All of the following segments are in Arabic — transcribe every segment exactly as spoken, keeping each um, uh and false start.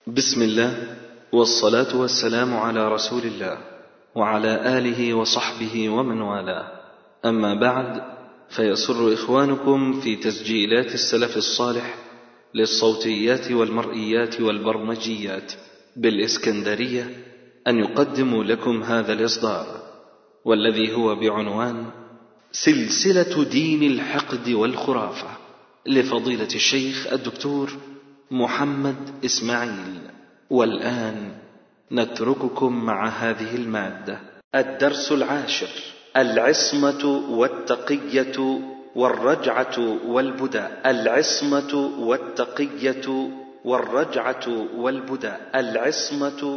بسم الله والصلاة والسلام على رسول الله وعلى آله وصحبه ومن والاه، أما بعد، فيسر إخوانكم في تسجيلات السلف الصالح للصوتيات والمرئيات والبرمجيات بالإسكندرية أن يقدموا لكم هذا الإصدار، والذي هو بعنوان سلسلة دين الحقد والخرافة لفضيلة الشيخ الدكتور محمد إسماعيل. والآن نترككم مع هذه المادة. الدرس العاشر: العصمة والتقية والرجعة والبداء. العصمة والتقية والرجعة والبداء. العصمة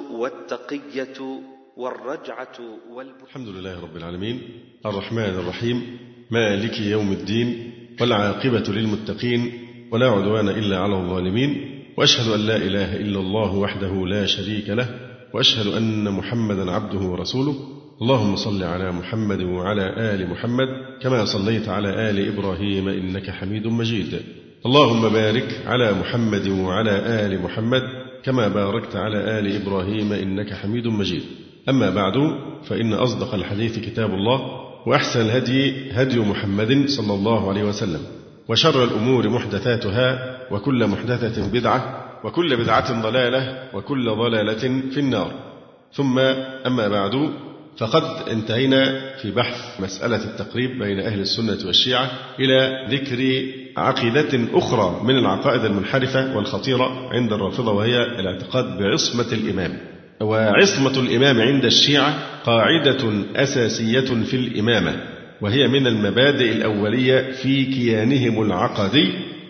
والتقية والرجعة والبداء. الحمد لله رب العالمين، الرحمن الرحيم، مالك يوم الدين، والعاقبة للمتقين، ولا عدوان إلا على الظالمين، وأشهد أن لا إله إلا الله وحده لا شريك له، وأشهد أن محمدا عبده ورسوله. اللهم صل على محمد وعلى آل محمد كما صليت على آل إبراهيم إنك حميد مجيد. اللهم بارك على محمد وعلى آل محمد كما باركت على آل إبراهيم إنك حميد مجيد. أما بعد، فإن أصدق الحديث كتاب الله، وأحسن الهدي هدي محمد صلى الله عليه وسلم، وشر الأمور محدثاتها، وكل محدثة بدعة، وكل بدعة ضلالة، وكل ضلالة في النار. ثم أما بعد، فقد انتهينا في بحث مسألة التقريب بين أهل السنة والشيعة إلى ذكر عقيدة أخرى من العقائد المنحرفة والخطيرة عند الرافضة، وهي الاعتقاد بعصمة الإمام. وعصمة الإمام عند الشيعة قاعدة أساسية في الإمامة، وهي من المبادئ الأولية في كيانهم العقدي،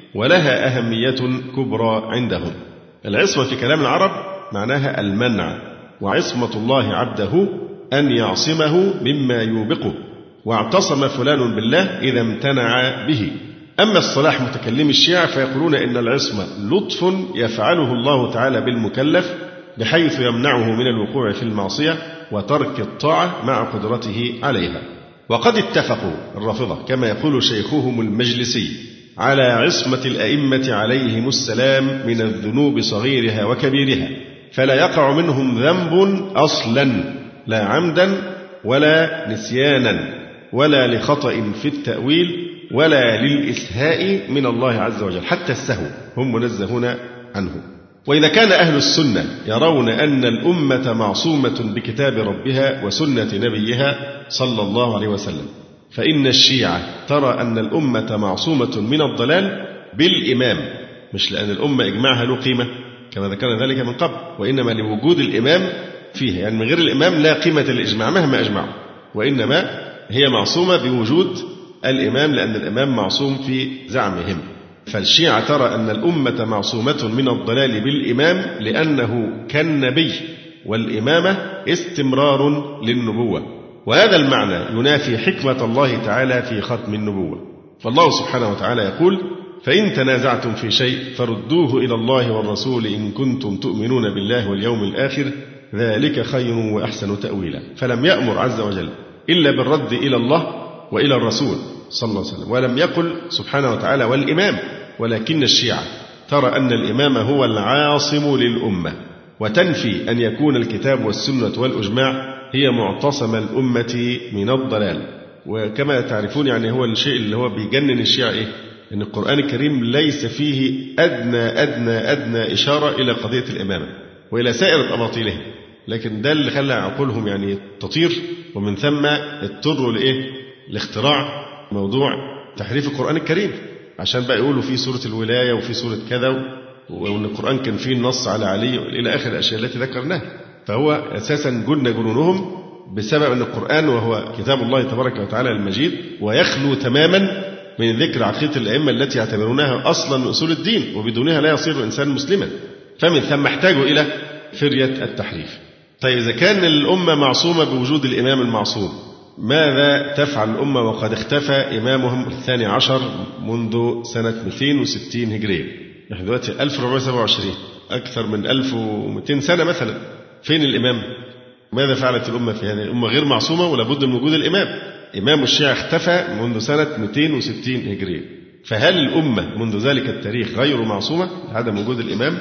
ولها أهمية كبرى عندهم. العصمة في كلام العرب معناها المنع، وعصمة الله عبده أن يعصمه مما يوبقه، واعتصم فلان بالله إذا امتنع به. أما الصلاح متكلم الشيعة فيقولون إن العصمة لطف يفعله الله تعالى بالمكلف، بحيث يمنعه من الوقوع في المعصية وترك الطاعة مع قدرته عليها. وقد اتفقوا الرافضة كما يقول شيخهم المجلسي على عصمة الأئمة عليهم السلام من الذنوب صغيرها وكبيرها، فلا يقع منهم ذنب أصلا، لا عمدا ولا نسيانا ولا لخطأ في التأويل ولا للإسهاء من الله عز وجل، حتى السهو هم منزهون عنه. وإذا كان أهل السنة يرون أن الأمة معصومة بكتاب ربها وسنة نبيها صلى الله عليه وسلم، فإن الشيعة ترى أن الأمة معصومة من الضلال بالإمام، مش لأن الأمة إجماعها له قيمة كما ذكرنا ذلك من قبل، وإنما لوجود الإمام فيها، يعني من غير الإمام لا قيمة للإجماع مهما أجمعوا، وإنما هي معصومة بوجود الإمام، لأن الإمام معصوم في زعمهم. فالشيعة ترى أن الأمة معصومة من الضلال بالإمام لأنه كالنبي، والإمامة استمرار للنبوة، وهذا المعنى ينافي حكمة الله تعالى في ختم النبوة. فالله سبحانه وتعالى يقول: فإن تنازعتم في شيء فردوه إلى الله والرسول إن كنتم تؤمنون بالله واليوم الآخر ذلك خير وأحسن تأويلا. فلم يأمر عز وجل إلا بالرد إلى الله وإلى الرسول صلى الله عليه وسلم، ولم يقل سبحانه وتعالى والإمام، ولكن الشيعة ترى أن الإمام هو العاصم للأمة، وتنفي أن يكون الكتاب والسنة والإجماع هي معتصم الأمة من الضلال. وكما تعرفون يعني هو الشيء اللي هو بيجنن الشيعة إيه؟ أن القرآن الكريم ليس فيه أدنى أدنى أدنى إشارة إلى قضية الإمامة وإلى سائر أباطيلهم، لكن ده اللي خلى عقولهم يعني تطير، ومن ثم اضطروا لإيه؟ لاختراع موضوع تحريف القرآن الكريم، عشان بقى يقولوا في سورة الولاية وفي سورة كذا، وأن القرآن كان فيه النص على علي إلى آخر الأشياء التي ذكرناها. فهو أساسا جن جنونهم بسبب أن القرآن وهو كتاب الله تبارك وتعالى المجيد، ويخلو تماما من ذكر عقيدة الأئمة التي يعتبرونها أصلا من أصول الدين، وبدونها لا يصير الإنسان مسلما، فمن ثم احتاجوا إلى فرية التحريف. طيب إذا كان الأمة معصومة بوجود الإمام المعصوم، ماذا تفعل الأمة وقد اختفى إمامهم الثاني عشر منذ سنة مئتين وستين هجرية؟ نحن دلوقتي ألف وأربعمائة وسبعة وعشرين، أكثر من ألف ومئتين سنة مثلا. فين الإمام؟ ماذا فعلت الأمة في هذه؟ الأمة غير معصومة ولا بد من وجود الإمام. إمام الشيعة اختفى منذ سنة مئتين وستين هجرية، فهل الأمة منذ ذلك التاريخ غير معصومة عدم وجود الإمام؟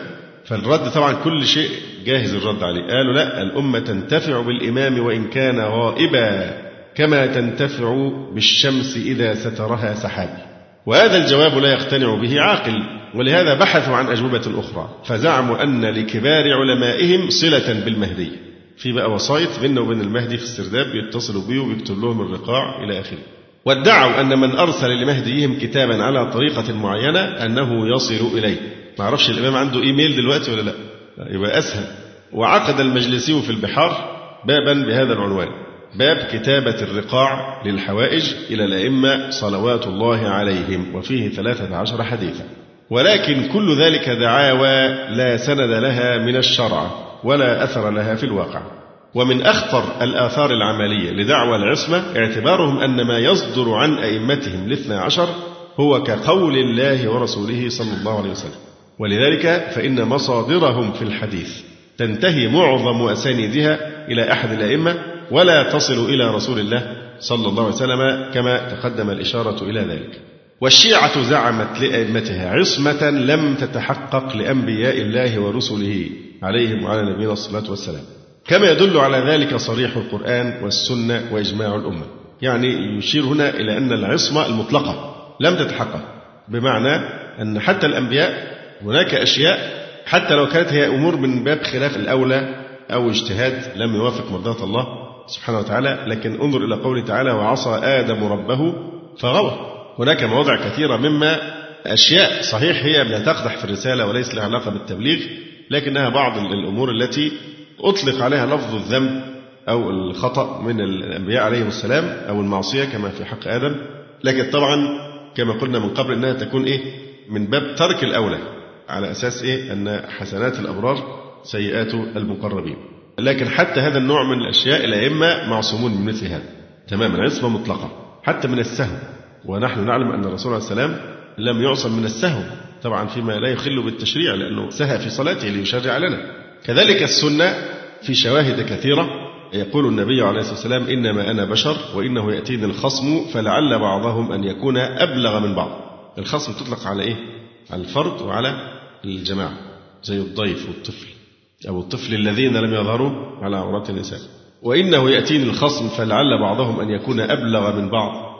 فالرد طبعا كل شيء جاهز الرد عليه. قالوا لا، الأمة تنتفع بالإمام وإن كان غائبا كما تنتفع بالشمس إذا سترها سحاب. وهذا الجواب لا يقتنع به عاقل، ولهذا بحثوا عن أجوبة أخرى، فزعموا أن لكبار علمائهم صلة بالمهدي، في بقى وسائط بيننا وبين المهدي في السرداب بيتصلوا بيه وبيكتب لهم الرقاع إلى آخره. وادعوا أن من أرسل لمهديهم كتابا على طريقة معينة أنه يصل إليه. ما أعرفش الإمام عنده إيميل دلوقتي ولا لا، يبقى أسهل. وعقد المجلسي في البحار بابا بهذا العنوان: باب كتابة الرقاع للحوائج إلى الأئمة صلوات الله عليهم، وفيه ثلاثة عشر حديثا. ولكن كل ذلك دعاوى لا سند لها من الشرع ولا أثر لها في الواقع. ومن أخطر الآثار العملية لدعوى العصمة اعتبارهم أن ما يصدر عن أئمتهم الاثنى عشر هو كقول الله ورسوله صلى الله عليه وسلم، ولذلك فإن مصادرهم في الحديث تنتهي معظم أسانيدها إلى أحد الأئمة ولا تصل إلى رسول الله صلى الله عليه وسلم كما تقدم الإشارة إلى ذلك. والشيعة زعمت لأئمتها عصمة لم تتحقق لأنبياء الله ورسله عليهم وعلى نبينا الصلاة والسلام، كما يدل على ذلك صريح القرآن والسنة وإجماع الأمة. يعني يشير هنا إلى أن العصمة المطلقة لم تتحقق، بمعنى أن حتى الأنبياء هناك أشياء حتى لو كانت هي أمور من باب خلاف الأولى أو اجتهاد لم يوافق مرضاة الله سبحانه وتعالى، لكن انظر إلى قوله تعالى: وعصى آدم ربه فغوى. هناك مواضع كثيرة مما أشياء صحيح هي لا تقدح في الرسالة وليس لها علاقة بالتبليغ، لكنها بعض الأمور التي أطلق عليها لفظ الذنب أو الخطأ من الأنبياء عليهم السلام أو المعصية كما في حق آدم، لكن طبعا كما قلنا من قبل أنها تكون إيه من باب ترك الأولى، على أساس إيه أن حسنات الأبرار سيئات المقربين. لكن حتى هذا النوع من الأشياء الأئمة معصومون من مثل هذا تماما، عصمة مطلقة حتى من السهو. ونحن نعلم أن الرسول عليه السلام لم يعصم من السهو طبعا فيما لا يخل بالتشريع، لأنه سهى في صلاته ليشرع لنا. كذلك السنة في شواهد كثيرة، يقول النبي عليه الصلاة والسلام: إنما أنا بشر وإنه يأتيني الخصم فلعل بعضهم أن يكون أبلغ من بعض. الخصم تطلق على إيه؟ على الفرد وعلى الجماعة، زي الضيف والطفل أو الطفل الذين لم يظهروا على عورات النساء. وإنه يأتيني الخصم فلعل بعضهم أن يكون أبلغ من بعض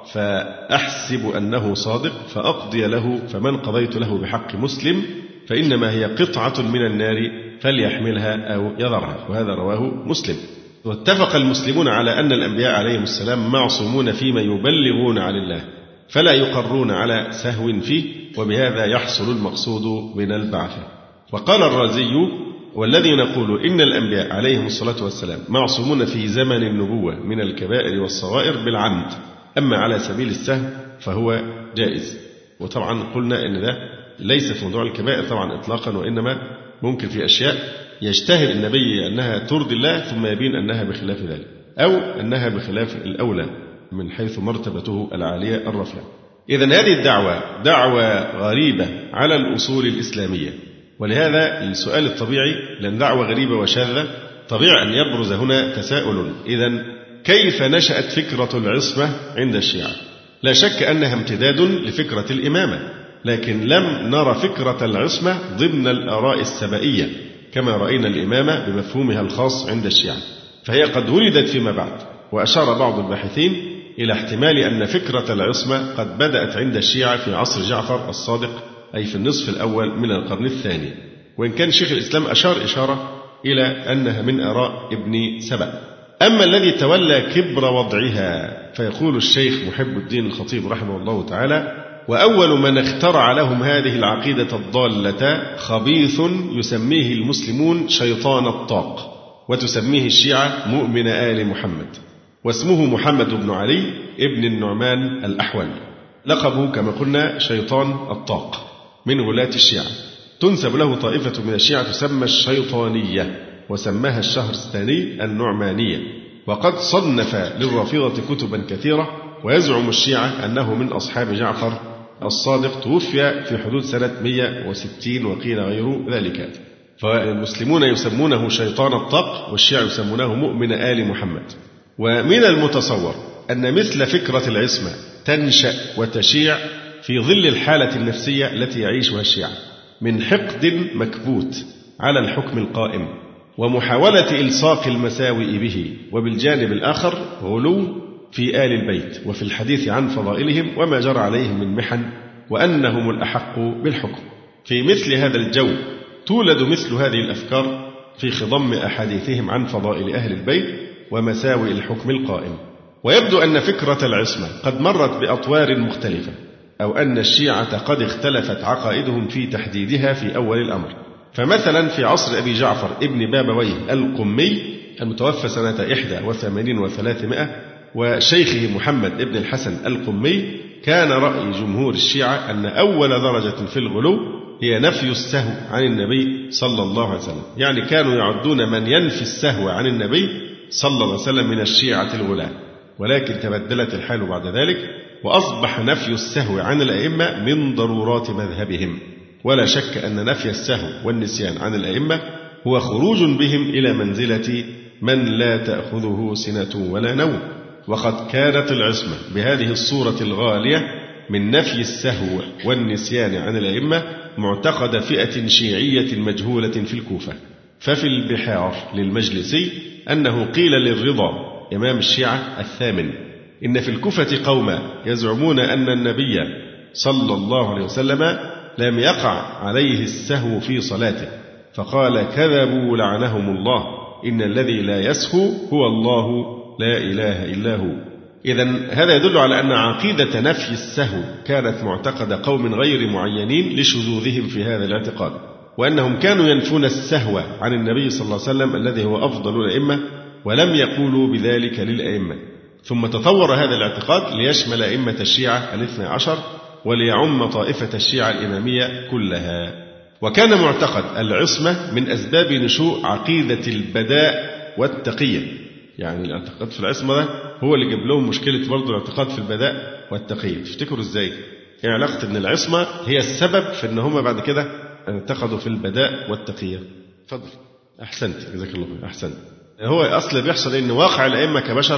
فأحسب أنه صادق فأقضي له، فمن قضيت له بحق مسلم فإنما هي قطعة من النار فليحملها أو يذرها. وهذا رواه مسلم. واتفق المسلمون على أن الأنبياء عليهم السلام معصومون فيما يبلغون عن الله فلا يقرون على سهو فيه، وبهذا يحصل المقصود من البعث. وقال الرازي: والذي نقول إن الأنبياء عليهم الصلاة والسلام معصومون في زمن النبوة من الكبائر والصغائر بالعمد، أما على سبيل السهو فهو جائز. وطبعا قلنا إن ده ليس في موضوع الكبائر طبعا إطلاقا، وإنما ممكن في أشياء يجتهد النبي أنها ترضي الله ثم يبين أنها بخلاف ذلك، أو أنها بخلاف الأولى من حيث مرتبته العالية الرفيعة. إذن هذه الدعوة دعوة غريبة على الأصول الإسلامية، ولهذا السؤال الطبيعي، لأن دعوة غريبة وشاذة طبيعي أن يبرز هنا تساؤل: إذن كيف نشأت فكرة العصمة عند الشيعة؟ لا شك أنها امتداد لفكرة الإمامة، لكن لم نرى فكرة العصمة ضمن الآراء السبائية كما رأينا الإمامة بمفهومها الخاص عند الشيعة، فهي قد ولدت فيما بعد. وأشار بعض الباحثين إلى احتمال أن فكرة العصمة قد بدأت عند الشيعة في عصر جعفر الصادق، أي في النصف الأول من القرن الثاني، وإن كان شيخ الإسلام أشار إشارة إلى أنها من آراء ابن سبأ. أما الذي تولى كبر وضعها فيقول الشيخ محب الدين الخطيب رحمه الله تعالى: وأول من اخترع لهم هذه العقيدة الضالة خبيث يسميه المسلمون شيطان الطاق، وتسميه الشيعة مؤمن آل محمد، واسمه محمد بن علي ابن النعمان الأحول، لقبه كما قلنا شيطان الطاق، من غلاة الشيعة. تنسب له طائفة من الشيعة تسمى الشيطانية، وسماها الشهرستاني النعمانية. وقد صنف للرافضة كتبا كثيرة، ويزعم الشيعة أنه من أصحاب جعفر الصادق، توفي في حدود سنة مئة وستين وقيل غير ذلك. فالمسلمون يسمونه شيطان الطاق، والشيعة يسمونه مؤمن آل محمد. ومن المتصور أن مثل فكرة العصمة تنشأ وتشيع في ظل الحالة النفسية التي يعيشها الشيعة من حقد مكبوت على الحكم القائم، ومحاولة إلصاق المساوئ به، وبالجانب الآخر غلو في آل البيت وفي الحديث عن فضائلهم وما جرى عليهم من محن وأنهم الأحق بالحكم. في مثل هذا الجو تولد مثل هذه الأفكار في خضم أحاديثهم عن فضائل أهل البيت ومساوئ الحكم القائم. ويبدو أن فكرة العصمة قد مرت بأطوار مختلفة، أو أن الشيعة قد اختلفت عقائدهم في تحديدها في أول الأمر. فمثلا في عصر أبي جعفر ابن بابويه القمي المتوفى سنة إحدى وثمانين وثلاثمائة وشيخه محمد ابن الحسن القمي، كان رأي جمهور الشيعة أن أول درجة في الغلو هي نفي السهو عن النبي صلى الله عليه وسلم. يعني كانوا يعدون من ينفي السهو عن النبي صلى الله عليه وسلم من الشيعة الغلاة، ولكن تبدلت الحال بعد ذلك وأصبح نفي السهو عن الأئمة من ضرورات مذهبهم. ولا شك أن نفي السهو والنسيان عن الأئمة هو خروج بهم إلى منزلة من لا تأخذه سنة ولا نوم. وقد كانت العصمة بهذه الصورة الغالية من نفي السهو والنسيان عن الأئمة معتقد فئة شيعية مجهولة في الكوفة. ففي البحار للمجلسي أنه قيل للرضا إمام الشيعة الثامن إن في الكوفة قوما يزعمون أن النبي صلى الله عليه وسلم لم يقع عليه السهو في صلاته، فقال كذبوا لعنهم الله، إن الذي لا يسهو هو الله لا إله إلا هو. إذن هذا يدل على أن عقيدة نفي السهو كانت معتقد قوم غير معينين لشذوذهم في هذا الاعتقاد، وأنهم كانوا ينفون السهو عن النبي صلى الله عليه وسلم الذي هو أفضل الأئمة، ولم يقولوا بذلك للأئمة. ثم تطور هذا الاعتقاد ليشمل أئمة الشيعة الاثنى عشر وليعم طائفة الشيعة الإمامية كلها. وكان معتقد العصمة من أسباب نشوء عقيدة البداء والتقية. يعني الاعتقاد في العصمة ده هو اللي جاب لهم مشكلة برضه الاعتقاد في البداء والتقية. تفتكروا إزاي؟ إيه علاقة إن العصمة هي السبب في إن هم بعد كده انتقدوا في البداء والتقية؟ اتفضل. أحسنت، جزاك الله خير، أحسنت. هو أصل بيحصل إن واقع الأئمة كبشر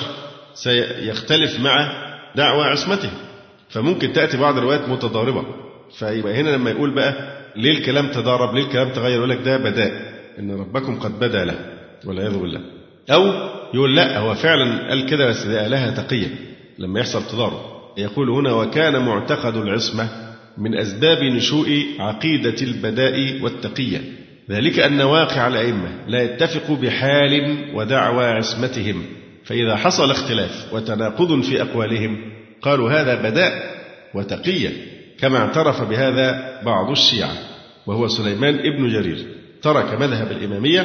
سيختلف مع دعوى عصمته، فممكن تأتي بعض الروايات متضاربة. فيبقى هنا لما يقول بقى ليه الكلام تضارب، ليه الكلام تغير، يقول لك ده بداء، إن ربكم قد بدا له والعياذ بالله. أو يقول لا هو فعلا قال كده بس ده لها تقية لما يحصل تضارب. يقول هنا وكان معتقد العصمة من أسباب نشوء عقيدة البداء والتقية، ذلك أن واقع الأئمة لا يتفق بحال ودعوى عصمتهم، فإذا حصل اختلاف وتناقض في أقوالهم قالوا هذا بداء وتقية، كما اعترف بهذا بعض الشيعة وهو سليمان ابن جرير، ترك مذهب الإمامية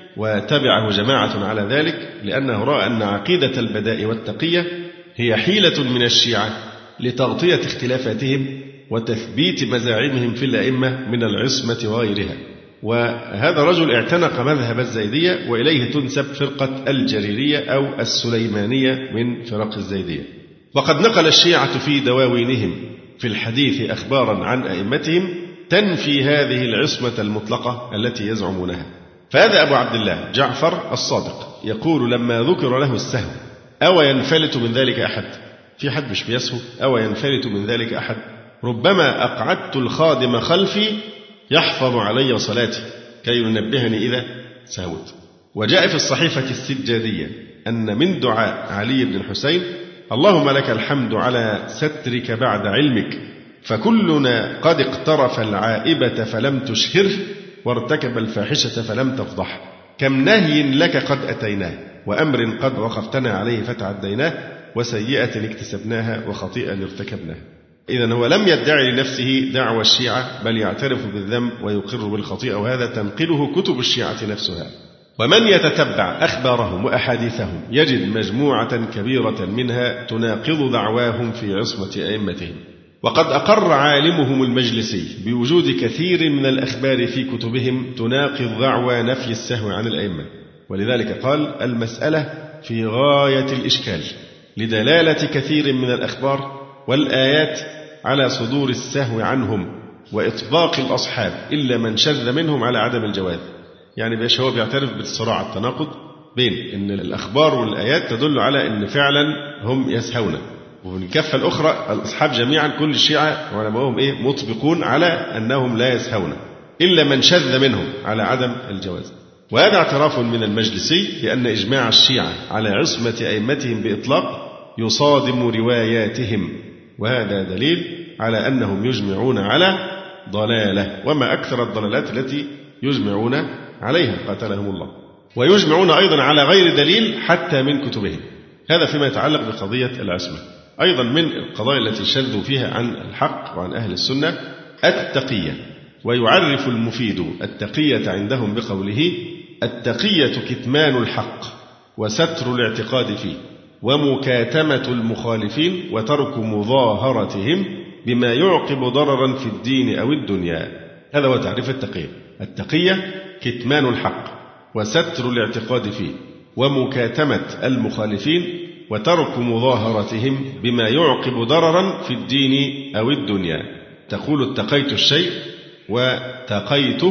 وتبعه جماعة على ذلك لأنه رأى أن عقيدة البداء والتقية هي حيلة من الشيعة لتغطية اختلافاتهم وتثبيت مزاعمهم في الأئمة من العصمة وغيرها. وهذا رجل اعتنق مذهب الزيدية، وإليه تنسب فرقة الجريرية أو السليمانية من فرق الزيدية. وقد نقل الشيعة في دواوينهم في الحديث أخبارا عن أئمتهم تنفي هذه العصمة المطلقة التي يزعمونها. فهذا أبو عبد الله جعفر الصادق يقول لما ذكر له السهو أو ينفلت من ذلك أحد، في حد مش بيسهو أو ينفلت من ذلك أحد، ربما أقعدت الخادم خلفي يحفظ علي صلاتي كي ينبهني إذا سهوت. وجاء في الصحيفة السجادية أن من دعاء علي بن الحسين اللهم لك الحمد على سترك بعد علمك، فكلنا قد اقترف العائبة فلم تشهره وارتكب الفاحشة فلم تفضح، كم نهي لك قد أتيناه وأمر قد وقفتنا عليه فتعديناه وسيئة اكتسبناها وخطيئة ارتكبناها. إذن هو لم يدعي لنفسه دعوى الشيعة بل يعترف بالذنب ويقر بالخطيئة، وهذا تنقله كتب الشيعة نفسها. ومن يتتبع أخبارهم وأحاديثهم يجد مجموعة كبيرة منها تناقض دعواهم في عصمة أئمتهم. وقد أقر عالمهم المجلسي بوجود كثير من الأخبار في كتبهم تناقض دعوى نفي السهو عن الأئمة، ولذلك قال المسألة في غاية الإشكال لدلالة كثير من الأخبار والآيات على صدور السهو عنهم وإطباق الأصحاب إلا من شذ منهم على عدم الجواز. يعني باش هو بيعترف بالصراع التناقض بين أن الأخبار والآيات تدل على أن فعلا هم يسهون، ومن الكفة الأخرى الأصحاب جميعا كل الشيعة علماءهم إيه مطبقون على أنهم لا يسهون. إلا من شذ منهم على عدم الجواز. وهذا اعتراف من المجلسي بأن إجماع الشيعة على عصمة أئمتهم بإطلاق يصادم رواياتهم، وهذا دليل على أنهم يجمعون على ضلالة، وما أكثر الضلالات التي يجمعون عليها قاتلهم الله. ويجمعون أيضا على غير دليل حتى من كتبهم. هذا فيما يتعلق بقضية العصمة. أيضا من القضايا التي شذوا فيها عن الحق وعن أهل السنة التقية. ويعرف المفيد التقية عندهم بقوله: التقية كتمان الحق وستر الاعتقاد فيه ومكاتمة المخالفين وترك مظاهرتهم بما يعقب ضررا في الدين أو الدنيا. هذا هو تعريف التقية. التقية كتمان الحق وستر الاعتقاد فيه ومكاتمة المخالفين وترك مظاهرتهم بما يعقب ضررا في الدين أو الدنيا. تقول اتقيت الشيء وتقيته،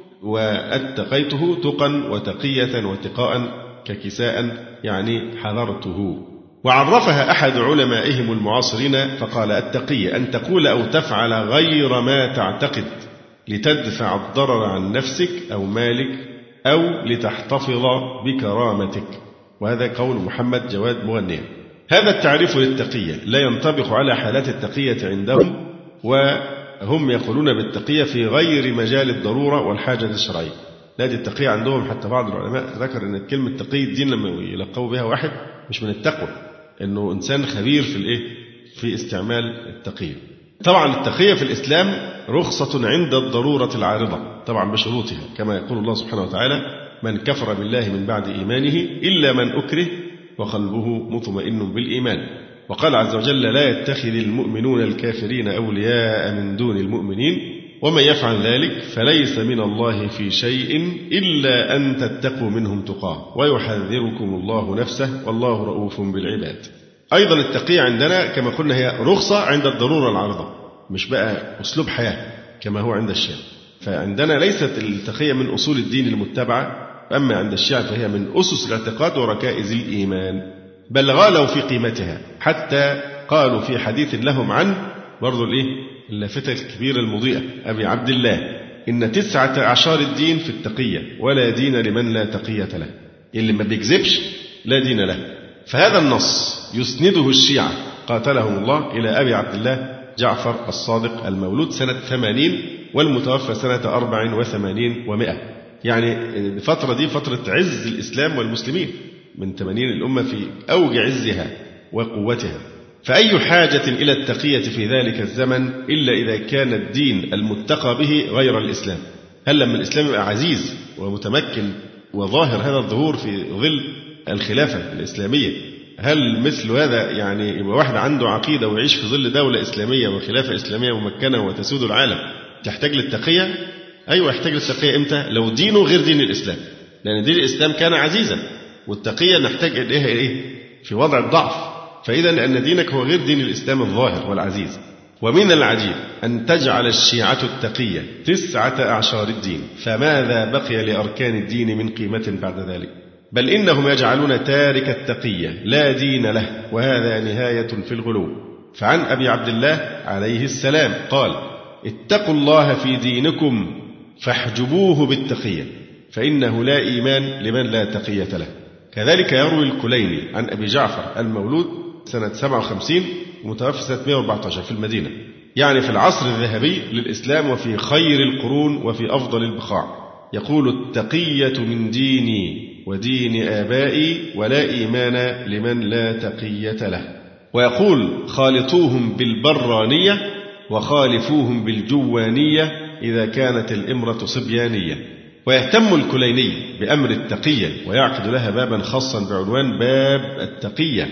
واتقيته تقا وتقية وتقاء ككساء، يعني حذرته. وعرفها أحد علمائهم المعاصرين فقال: التقية أن تقول أو تفعل غير ما تعتقد لتدفع الضرر عن نفسك أو مالك أو لتحتفظ بكرامتك. وهذا قول محمد جواد مغنية. هذا التعريف للتقية لا ينطبق على حالات التقية عندهم، وهم يقولون بالتقية في غير مجال الضرورة والحاجة الشرعية. لا، دي التقية عندهم حتى بعض العلماء ذكر أن كلمة تقي الدين لما يلقوا بها واحد مش من التقوى، أنه إنسان خبير في الإيه في استعمال التقية. طبعا التقية في الإسلام رخصة عند الضرورة العارضة، طبعا بشروطها، كما يقول الله سبحانه وتعالى: من كفر بالله من بعد إيمانه إلا من أكره وقلبه مطمئن بالإيمان. وقال عز وجل: لا يتخذ المؤمنون الكافرين أولياء من دون المؤمنين ومن يفعل ذلك فليس من الله في شيء إلا أن تتقوا منهم تقاه ويحذركم الله نفسه والله رؤوف بالعباد. أيضا التقية عندنا كما قلنا هي رخصة عند الضرورة العارضة، مش بقى أسلوب حياة كما هو عند الشيعة. فعندنا ليست التقية من أصول الدين المتبعة، أما عند الشيعة فهي من أسس الاعتقاد وركائز الإيمان، بل غالوا في قيمتها حتى قالوا في حديث لهم عن برضو الإيه اللافتة الكبيرة المضيئة أبي عبد الله: إن تسعة أعشار الدين في التقية ولا دين لمن لا تقية له. اللي ما بيكذبش لا دين له. فهذا النص يسنده الشيعة قاتلهم الله إلى أبي عبد الله جعفر الصادق المولود سنة ثمانين والمتوفى سنة أربع وثمانين ومائة، يعني الفترة دي فترة عز الإسلام والمسلمين، من ثمانين الأمة في أوج عزها وقوتها. فأي حاجة إلى التقية في ذلك الزمن إلا إذا كان الدين المتقى به غير الإسلام؟ هل لما الإسلام يبقى عزيز ومتمكن وظاهر هذا الظهور في ظل الخلافة الإسلامية، هل مثل هذا يعني يبقى واحد عنده عقيدة ويعيش في ظل دولة إسلامية وخلافة إسلامية ممكنة وتسود العالم تحتاج للتقية؟ أيوة، يحتاج للتقية إمتى؟ لو دينه غير دين الإسلام، لأن دين الإسلام كان عزيزا، والتقية نحتاج إليها إيه؟ في وضع الضعف. فإذا لأن دينك هو غير دين الإسلام الظاهر والعزيز. ومن العجيب أن تجعل الشيعة التقية تسعة أعشار الدين، فماذا بقي لأركان الدين من قيمة بعد ذلك؟ بل إنهم يجعلون تارك التقية لا دين له، وهذا نهاية في الغلو. فعن أبي عبد الله عليه السلام قال: اتقوا الله في دينكم فاحجبوه بالتقية، فإنه لا إيمان لمن لا تقية له. كذلك يروي الكليني عن أبي جعفر المولود سنة سبعة وخمسين ومتوفى سنة مائة وأربعة عشر في المدينة، يعني في العصر الذهبي للإسلام وفي خير القرون وفي أفضل البقاع، يقول: التقية من ديني ودين آبائي ولا إيمان لمن لا تقية له. ويقول: خالطوهم بالبرانية وخالفوهم بالجوانية إذا كانت الإمرة صبيانية. ويهتم الكليني بأمر التقية ويعقد لها بابا خاصا بعنوان باب التقية،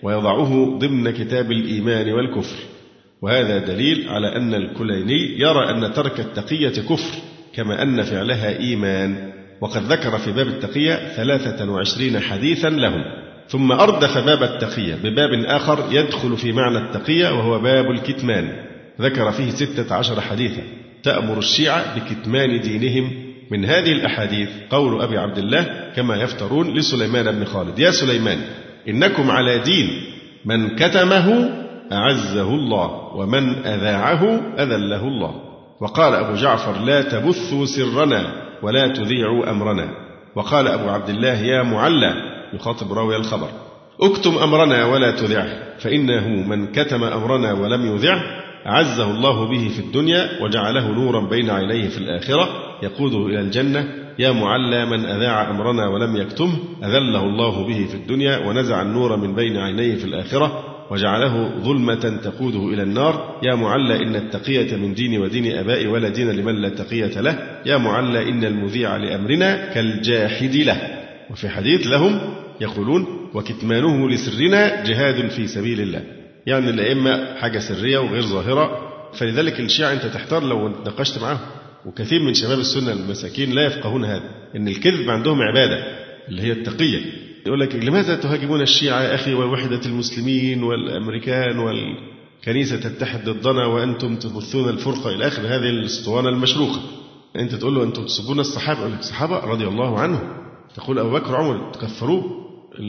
ويضعه ضمن كتاب الإيمان والكفر. وهذا دليل على أن الكليني يرى أن ترك التقية كفر كما أن فعلها إيمان. وقد ذكر في باب التقية ثلاثة وعشرين حديثا لهم، ثم أردف باب التقية بباب آخر يدخل في معنى التقية وهو باب الكتمان، ذكر فيه ستة عشر حديثا تأمر الشيعة بكتمان دينهم. من هذه الأحاديث قول أبي عبد الله كما يفترون لسليمان بن خالد: يا سليمان إنكم على دين من كتمه أعزه الله ومن أذاعه أذله الله. وقال أبو جعفر لا تبثوا سرنا ولا تذيعوا أمرنا. وقال أبو عبد الله يا معلى يخاطب راوي الخبر اكتم أمرنا ولا تذعه، فإنه من كتم أمرنا ولم يذعه أعزه الله به في الدنيا وجعله نورا بين عينيه في الآخرة يقوده إلى الجنة. يا معلى من أذاع أمرنا ولم يكتمه أذله الله به في الدنيا ونزع النور من بين عينيه في الآخرة وجعله ظلمة تقوده إلى النار. يا معلى إن التقية من دين ودين أبائي ولا دين لمن لا تقية له. يا معلى إن المذيع لأمرنا كالجاحد له. وفي حديث لهم يقولون وكتمانه لسرنا جهاد في سبيل الله، يعني الأئمة حاجة سرية وغير ظاهرة. فلذلك الشيعة أنت تحتار لو ناقشت معهم، وكثير من شباب السنة المساكين لا يفقهون هذا، إن الكذب عندهم عبادة اللي هي التقية. يقول لك لماذا تهاجمون الشيعة يا أخي ووحدة المسلمين والأمريكان والكنيسة تتحد ضدنا وأنتم تبثون الفرقة إلى آخر هذه الاسطوانة المشروخة. أنت تقول له أنتم تسبون الصحابة، يقول لك الصحابة رضي الله عنهم. تقول أبو بكر وعمر تكفروه.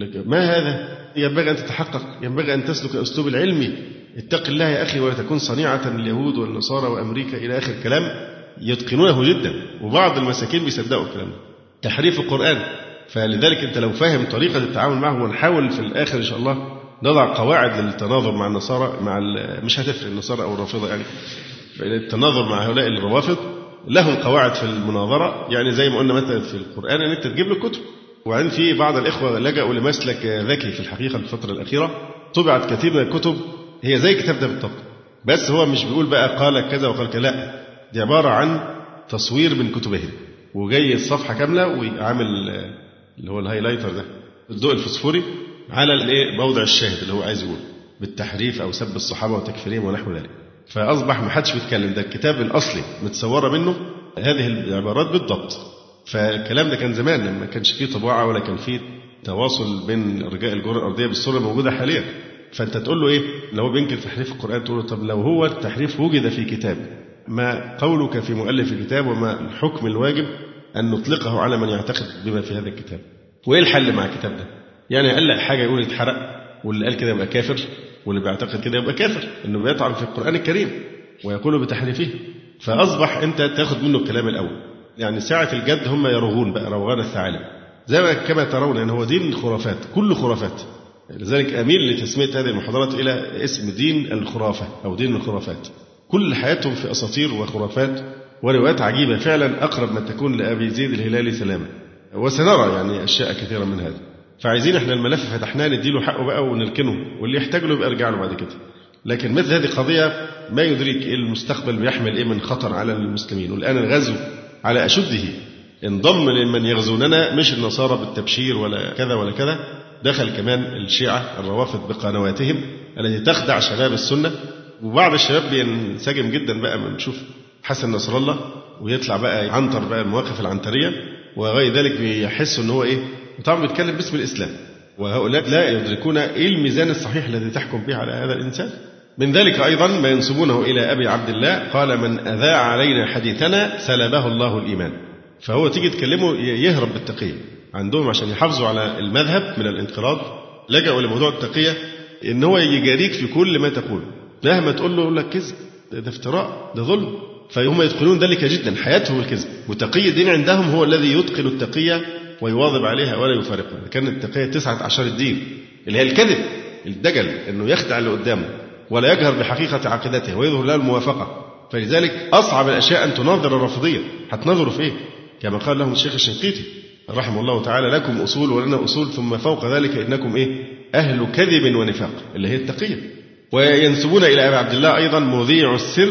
ما هذا؟ ينبغي أن تتحقق، ينبغي أن تسلك الأسلوب العلمي. اتق الله يا أخي ولا تكون صنيعة اليهود والنصارى وأمريكا إلى آخر كلام يتقنونه جدا، وبعض المساكين بيصدقوا الكلام ده. تحريف القرآن. فلذلك أنت لو فاهم طريقة التعامل معه، ونحاول في الآخر إن شاء الله نضع قواعد للتناظر مع النصارى، مع مش هتفرق النصارى أو الرافضة، يعني التناظر مع هؤلاء الروافض لهم قواعد في المناظرة. يعني زي ما قلنا مثلا في القرآن أن أنت تجيب له كتب. وعند في بعض الإخوة لجأوا لمسلك ذكي في الحقيقة الفترة الأخيرة، طبعت كثير من الكتب هي زي الكتاب ده بالضبط، بس هو مش بيقول بقى قال كذا وقال كذا، لا، دي عبارة عن تصوير من كتبهم، وجاي الصفحة كاملة وعامل اللي هو الهايلايتر ده الضوء الفسفوري على الايه موضع الشاهد اللي هو عايز يقول بالتحريف أو سب الصحابة وتكفيرهم ونحو ذلك. فأصبح ما حدش بيتكلم، ده الكتاب الأصلي متصورة منه هذه العبارات بالضبط. فالكلام ده كان زمان لما ما كانش فيه طباعة ولا كان فيه تواصل بين رجاء الجرة الأرضية بالصورة الموجودة حاليا. فأنت تقول له إيه لو هو بينكر تحريف القرآن؟ تقول له طب لو هو التحريف وجد في كتاب، ما قولك في مؤلف الكتاب وما الحكم الواجب أن نطلقه على من يعتقد بما في هذا الكتاب؟ وإيه الحل مع الكتاب ده؟ يعني قال لك حاجة يقول يتحرق، واللي قال كده يبقى كافر، واللي بيعتقد كده يبقى كافر، إنه بيطعن في القرآن الكريم ويقول بتحريفه. فأصبح أنت تاخد منه الكلام الأول. يعني ساعة الجد هم يروغون بقى روغان الثعالب، زي ما كما ترون أن هو دين خرافات، كل خرافات. لذلك أميل لتسمية هذه المحاضرات إلى اسم دين الخرافة أو دين الخرافات. كل حياتهم في أساطير وخرافات وروايات عجيبة فعلا، أقرب ما تكون لأبي زيد الهلالي سلامة. وسنرى يعني أشياء كثيرة من هذا. فعايزين إحنا الملف فتحناه نديله حقه بقى ونركنه، واللي يحتاج له يبقى يرجع له بعد كده. لكن مثل هذه قضية ما يدرك إيه المستقبل بيحمل إيه من خطر على المسلمين. والآن الغزو على أشده، انضم لمن يغزوننا مش النصارى بالتبشير ولا كذا ولا كذا، دخل كمان الشيعة الروافض بقنواتهم التي تخدع شباب السنة. وبعض الشباب بينسجم جدا بقى من نشوف حسن نصر الله ويطلع بقى عنتر بقى المواقف العنترية وغير ذلك، بيحسوا ان هو ايه طبعا بيتكلم باسم الإسلام، وهؤلاء لا يدركون ايه الميزان الصحيح الذي تحكم به على هذا الإنسان. من ذلك أيضا ما ينسبونه إلى أبي عبد الله قال من أذاع علينا حديثنا سلبه الله الإيمان. فهو تيجي تكلمه يهرب بالتقية. عندهم عشان يحافظوا على المذهب من الانقراض لجأوا لموضوع التقية، إن هو يجاريك في كل ما تقول، مهما تقول له يقول لك كذب، ده افتراء، ده ظلم. فهم يتقنون ذلك جدا، حياتهم الكذب. وتقي الدين عندهم هو الذي يتقن التقية ويواظب عليها ولا يفارقها. كان التقية تسعة عشر الدين اللي هي الكذب، الدجل، إنه يخدع اللي قدامه ولا يجهر بحقيقة عقيدته ويظهر لها الموافقة. فلذلك أصعب الأشياء أن تناظر الرافضية. هتناظروا في إيه؟ كما قال لهم الشيخ الشنقيطي رحمه الله تعالى لكم أصول ولنا أصول ثم فوق ذلك إنكم إيه؟ أهل كذب ونفاق، اللي هي التقية. وينسبون إلى أبي عبد الله أيضا مذيع السر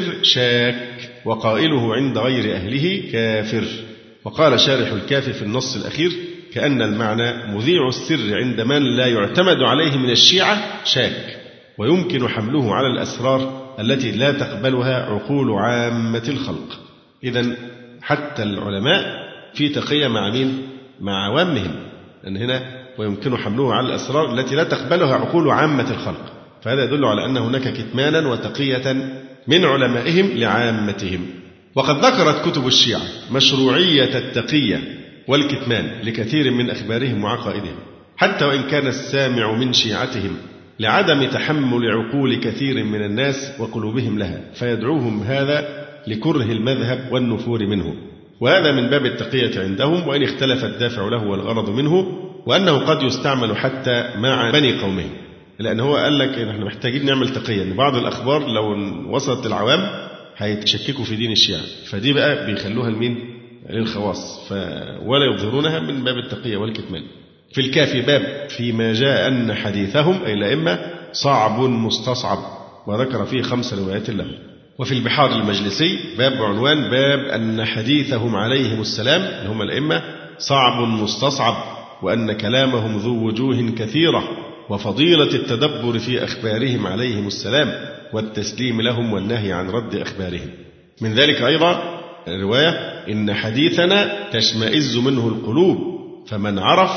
شاك وقائله عند غير أهله كافر. وقال شارح الكافي في النص الأخير كأن المعنى مذيع السر عند من لا يعتمد عليه من الشيعة شاك، ويمكن حمله على الأسرار التي لا تقبلها عقول عامة الخلق. إذن حتى العلماء في تقية مع مين؟ مع عوامهم. لأن هنا ويمكن حمله على الأسرار التي لا تقبلها عقول عامة الخلق، فهذا يدل على أن هناك كتمانا وتقية من علمائهم لعامتهم. وقد ذكرت كتب الشيعة مشروعية التقية والكتمان لكثير من أخبارهم وعقائدهم، حتى وإن كان السامع من شيعتهم لعدم تحمل عقول كثير من الناس وقلوبهم لها، فيدعوهم هذا لكره المذهب والنفور منه، وهذا من باب التقية عندهم، وإن اختلف الدافع له والغرض منه، وأنه قد يستعمل حتى مع بني قومه. لأن هو قال لك إن احنا محتاجين نعمل تقية، إن بعض الأخبار لو وصلت العوام هيتشككوا في دين الشيعة، فدي بقى بيخلوها لمين؟ للخواص، ف... ولا يظهرونها من باب التقية والكتمان. في الكافي باب فيما جاء أن حديثهم أي الأئمة صعب مستصعب، وذكر فيه خمس روايات له. وفي البحار المجلسي باب بعنوان باب أن حديثهم عليهم السلام اللي هم الأئمة صعب مستصعب، وأن كلامهم ذو وجوه كثيرة، وفضيلة التدبر في أخبارهم عليهم السلام والتسليم لهم والنهي عن رد أخبارهم. من ذلك أيضا الرواية إن حديثنا تشمئز منه القلوب، فمن عرف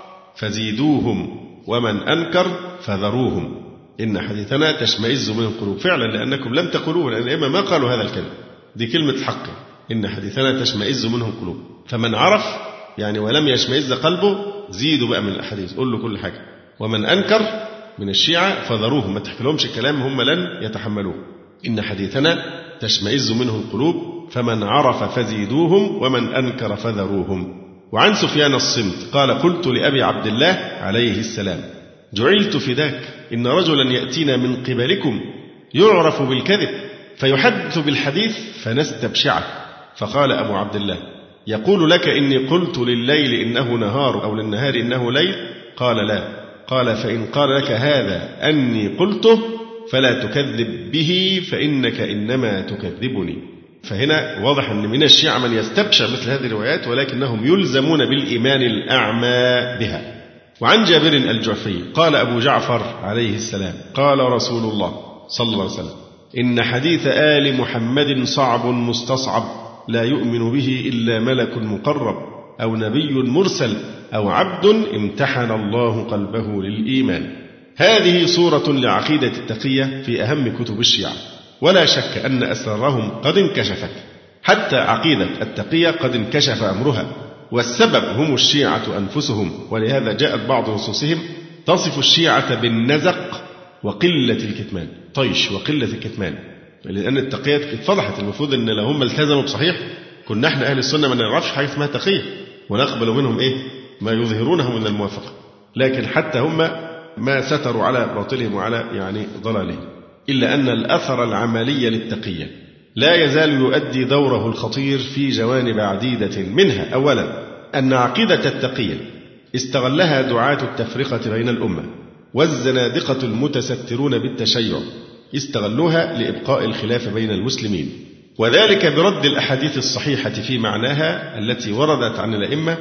فزيدوهم ومن أنكر فذروهم. إن حديثنا تشمئز منه القلوب، فعلا لأنكم لم تقولوه، لأن الأئمة ما قالوا هذا الكلام، دي كلمة حق. إن حديثنا تشمئز منه القلوب، فمن عرف يعني ولم يشمئز قلبه زيدوا بقى من الأحاديث، قول له كل حاجة. ومن أنكر من الشيعة فذروهم، ما تحكيلهمش الكلام هم لن يتحملوه. إن حديثنا تشمئز منه القلوب، فمن عرف فزيدوهم ومن أنكر فذروهم. وعن سفيان الصمت قال قلت لأبي عبد الله عليه السلام جعلت فداك إن رجلا يأتينا من قبلكم يعرف بالكذب فيحدث بالحديث فنستبشعه، فقال أبو عبد الله يقول لك إني قلت لليل إنه نهار أو للنهار إنه ليل؟ قال لا. قال فإن قال لك هذا أني قلته فلا تكذب به فإنك إنما تكذبني. فهنا واضح أن من الشيعة من يستبشع مثل هذه الروايات، ولكنهم يلزمون بالإيمان الأعمى بها. وعن جابر الجعفي قال أبو جعفر عليه السلام قال رسول الله صلى الله عليه وسلم إن حديث آل محمد صعب مستصعب، لا يؤمن به إلا ملك مقرب أو نبي مرسل أو عبد امتحن الله قلبه للإيمان. هذه صورة لعقيدة التقية في أهم كتب الشيعة، ولا شك أن أسرارهم قد انكشفت، حتى عقيدة التقية قد انكشف أمرها، والسبب هم الشيعة أنفسهم. ولهذا جاءت بعض نصوصهم تصف الشيعة بالنزق وقلة الكتمان، طيش وقلة الكتمان، لأن التقية اتفضحت. المفروض أن لو هم التزموا بصحيح كنا احنا أهل السنة ما نعرفش حاجة اسمها تقية، ونقبل منهم إيه ما يظهرونه من الموافقة، لكن حتى هم ما ستروا على باطلهم وعلى يعني ضلالهم. إلا أن الأثر العملي للتقية لا يزال يؤدي دوره الخطير في جوانب عديدة، منها أولا أن عقيدة التقية استغلها دعاة التفرقة بين الأمة، والزنادقة المتسترون بالتشيع استغلوها لإبقاء الخلاف بين المسلمين، وذلك برد الأحاديث الصحيحة في معناها التي وردت عن الأئمة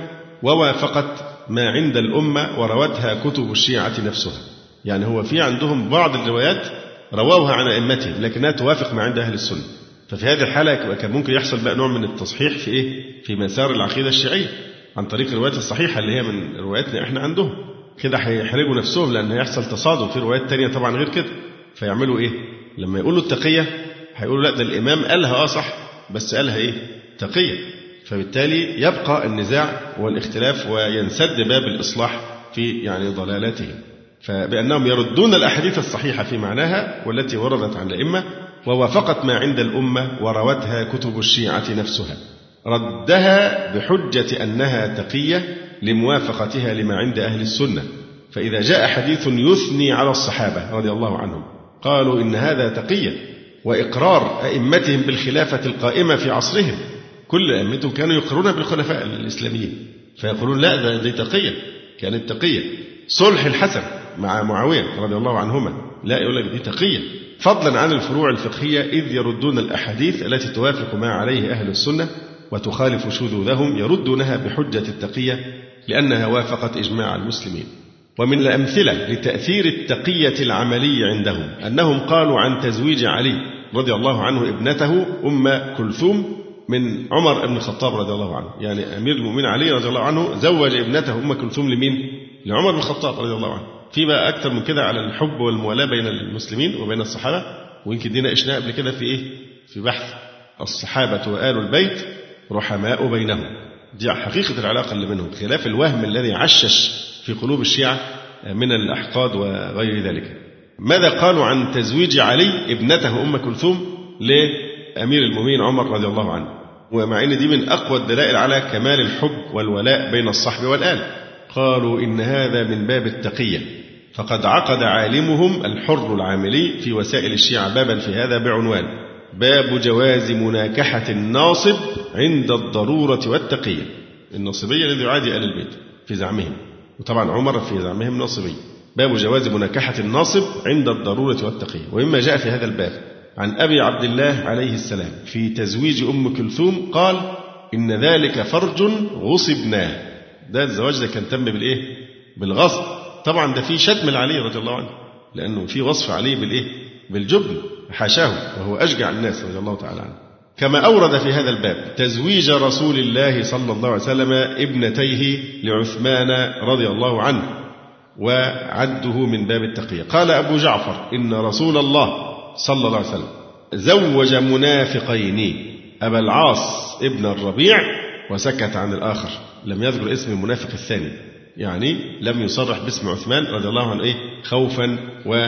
ووافقت ما عند الأمة وروتها كتب الشيعة نفسها. يعني هو في عندهم بعض الروايات رواوها عن أئمتهم لكنها توافق ما عند أهل السنة، ففي هذه الحالة كان ممكن يحصل بقى نوع من التصحيح في إيه؟ في مسار العقيدة الشيعية عن طريق الروايات الصحيحة اللي هي من رواياتنا إحنا عندهم. كده هيحرجوا نفسهم لأن هيحصل تصادم في روايات تانية طبعا غير كده، فيعملوا إيه؟ لما يقولوا التقية هيقولوا لا ده الإمام قالها آه صح بس قالها إيه؟ تقية، فبالتالي يبقى النزاع والاختلاف وينسد باب الإصلاح في يعني ضلالاتهم. فبأنهم يردون الأحاديث الصحيحة في معناها والتي وردت عن الأئمة ووافقت ما عند الأمة وروتها كتب الشيعة نفسها، ردها بحجة أنها تقية لموافقتها لما عند أهل السنة. فإذا جاء حديث يثني على الصحابة رضي الله عنهم قالوا إن هذا تقية، وإقرار أئمتهم بالخلافة القائمة في عصرهم، كل أئمتهم كانوا يقرون بالخلفاء الإسلاميين، فيقولون لا ده دي تقية، كانت تقية. صلح الحسن مع معاوية رضي الله عنهما لا يقول لك دي تقية، فضلا عن الفروع الفقهية، إذ يردون الأحاديث التي توافق ما عليه أهل السنة وتخالف شذوذهم يردونها بحجة التقية لأنها وافقت إجماع المسلمين. ومن الأمثلة لتأثير التقية العملي عندهم أنهم قالوا عن تزويج علي رضي الله عنه ابنته أم كلثوم من عمر بن الخطاب رضي الله عنه، يعني أمير المؤمنين علي رضي الله عنه زوج ابنته أم كلثوم لمين؟ لعمر بن الخطاب رضي الله عنه. في بقى أكثر من كده على الحب والموالاة بين المسلمين وبين الصحابة، ويمكن دينا إشناء قبل كده في إيه؟ في بحث الصحابة وآل البيت رحماء بينهم، دي حقيقة العلاقة اللي بينهم، خلاف الوهم الذي عشش في قلوب الشيعة من الأحقاد وغير ذلك. ماذا قالوا عن تزويج علي ابنته أم كلثوم أمير المؤمنين عمر رضي الله عنه، ومع أن دي من أقوى الدلائل على كمال الحب والولاء بين الصحب والآل. قالوا إن هذا من باب التقية، فقد عقد عالمهم الحر العاملي في وسائل الشيعة بابا في هذا بعنوان باب جواز مناكحة الناصب عند الضرورة والتقية. الناصبية الذي يعادي آل البيت في زعمهم، وطبعا عمر في زعمهم ناصبي. باب جواز مناكحة الناصب عند الضرورة والتقية. ومما جاء في هذا الباب عن أبي عبد الله عليه السلام في تزويج أم كلثوم قال إن ذلك فرج غصبناه. ده الزواج ده كان تم بالإيه؟ بالغصب. طبعا ده فيه شتم لعلي رضي الله عنه، لأنه في وصف عليه بالإيه؟ بالجبن، حاشاه، وهو أشجع الناس رضي الله تعالى عنه. كما أورد في هذا الباب تزويج رسول الله صلى الله عليه وسلم ابنتيه لعثمان رضي الله عنه، وعده من باب التقية. قال أبو جعفر إن رسول الله صلى الله عليه وسلم زوج منافقين، أبا العاص ابن الربيع وسكت عن الآخر، لم يذكر اسم المنافق الثاني، يعني لم يصرح باسم عثمان رضي الله عنه إيه؟ خوفا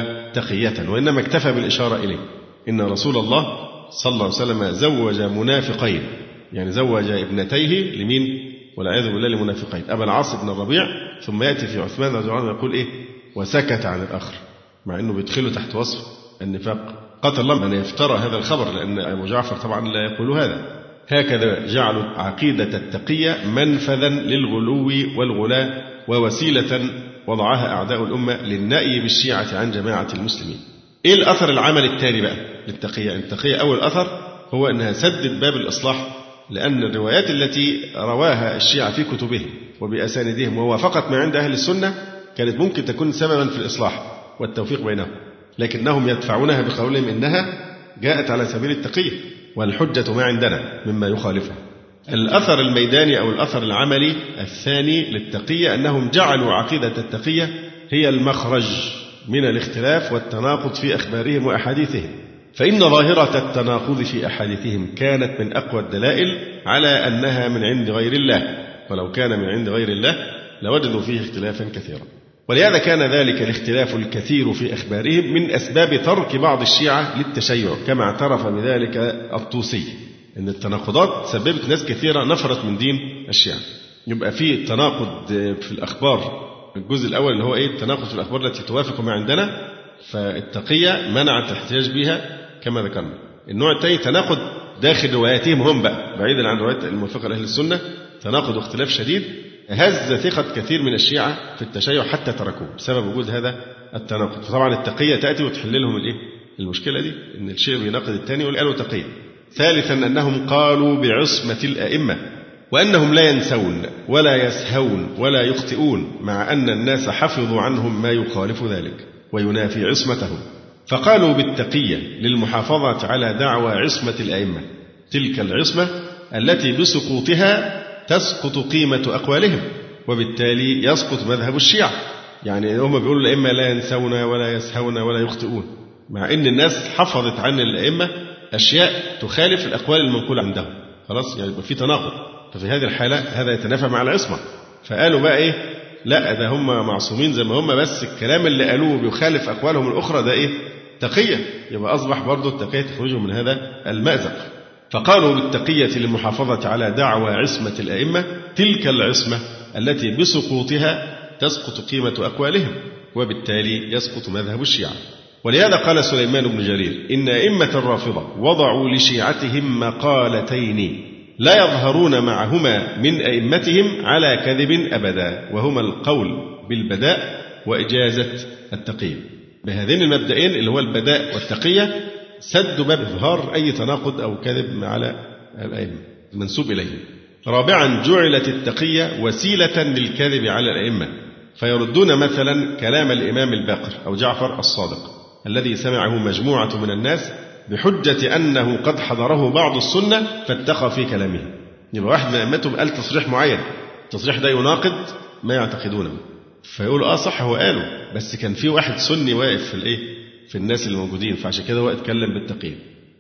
وتقية، وإنما اكتفى بالإشارة إليه. إن رسول الله صلى الله عليه وسلم زوج منافقين، يعني زوج ابنتيه لمين؟ والعياذ بالله لمنافقين، أبا العاص بن الربيع، ثم يأتي في عثمان رضي الله عنه يقول إيه؟ وسكت عن الآخر، مع أنه بيدخله تحت وصف النفاق. قاتل الله من يفترى هذا الخبر، لأن أبو جعفر طبعا لا يقول هذا. هكذا جعلوا عقيدة التقية منفذا للغلو والغلاء، ووسيلة وضعها أعداء الأمة للنأي بالشيعة عن جماعة المسلمين. إيه الأثر العملي التالي بقى للتقية؟ التقية أول أثر هو أنها سدت باب الإصلاح، لأن الروايات التي رواها الشيعة في كتبهم وبأساندهم ووافقت ما عند أهل السنة كانت ممكن تكون سببا في الإصلاح والتوفيق بينهم، لكنهم يدفعونها بقولهم إنها جاءت على سبيل التقية، والحجة ما عندنا مما يخالفها. الأثر الميداني أو الأثر العملي الثاني للتقية أنهم جعلوا عقيدة التقية هي المخرج من الاختلاف والتناقض في أخبارهم وأحاديثهم، فإن ظاهرة التناقض في أحاديثهم كانت من أقوى الدلائل على أنها من عند غير الله، ولو كان من عند غير الله لوجدوا فيه اختلافا كثيرا. ولهذا كان ذلك الاختلاف الكثير في أخبارهم من أسباب ترك بعض الشيعة للتشيع، كما اعترف بذلك الطوسي، أن التناقضات سببت ناس كثيرة نفرت من دين الشيعة. يبقى في تناقض في الأخبار، الجزء الأول اللي هو إيه؟ التناقض في الأخبار التي توافق ما عندنا، فالتقية منعت الاحتجاج بها كما ذكرنا. النوع الثاني تناقض داخل رواياتهم هم بقى، بعيدا عن روايات الموافقة لأهل السنة، تناقض واختلاف شديد هز ثقة كثير من الشيعة في التشيع حتى تركوه بسبب وجود هذا التناقض. فطبعا التقية تأتي وتحل لهم الإيه؟ المشكلة دي، إن الشيء بيناقض الثاني والقالوا تقية. ثالثا أنهم قالوا بعصمة الأئمة، وأنهم لا ينسون ولا يسهون ولا يخطئون، مع أن الناس حفظوا عنهم ما يخالف ذلك وينافي عصمتهم، فقالوا بالتقية للمحافظة على دعوى عصمة الأئمة، تلك العصمة التي بسقوطها تسقط قيمة أقوالهم، وبالتالي يسقط مذهب الشيعة. يعني هم بيقولوا الأئمة لا ينسون ولا يسهون ولا يخطئون، مع أن الناس حفظت عن الأئمة أشياء تخالف الأقوال المنقولة عندهم، خلاص يعني في تناقض. ففي هذه الحالة هذا يتنافى مع العصمة، فقالوا بقى إيه؟ لا ده هم معصومين زي ما هم، بس الكلام اللي قالوه بيخالف أقوالهم الأخرى ده إيه؟ تقية. يبقى أصبح برضو التقية تخرجهم من هذا المأزق. فقالوا بالتقية للمحافظة على دعوى عصمة الأئمة، تلك العصمة التي بسقوطها تسقط قيمة أقوالهم، وبالتالي يسقط مذهب الشيعة. ولهذا قال سليمان بن جرير إن أئمة الرافضة وضعوا لشيعتهم مقالتين لا يظهرون معهما من أئمتهم على كذب أبدا، وهما القول بالبداء وإجازة التقية. بهذين المبدئين اللي هو البداء والتقية سدوا باب إظهار أي تناقض أو كذب على الأئمة منسوب إليهم. رابعا جعلت التقية وسيلة للكذب على الأئمة، فيردون مثلا كلام الإمام الباقر أو جعفر الصادق الذي سمعه مجموعة من الناس بحجة أنه قد حضره بعض السنة فاتقى في كلامه. يبقى واحد من أئمتهم قال تصريح معين، التصريح ده يناقض ما يعتقدونه، فيقولوا آه صح هو قاله، بس كان في واحد سني واقف في الإيه؟ في الناس اللي موجودين، فعشان كده هو اتكلم بالتقية.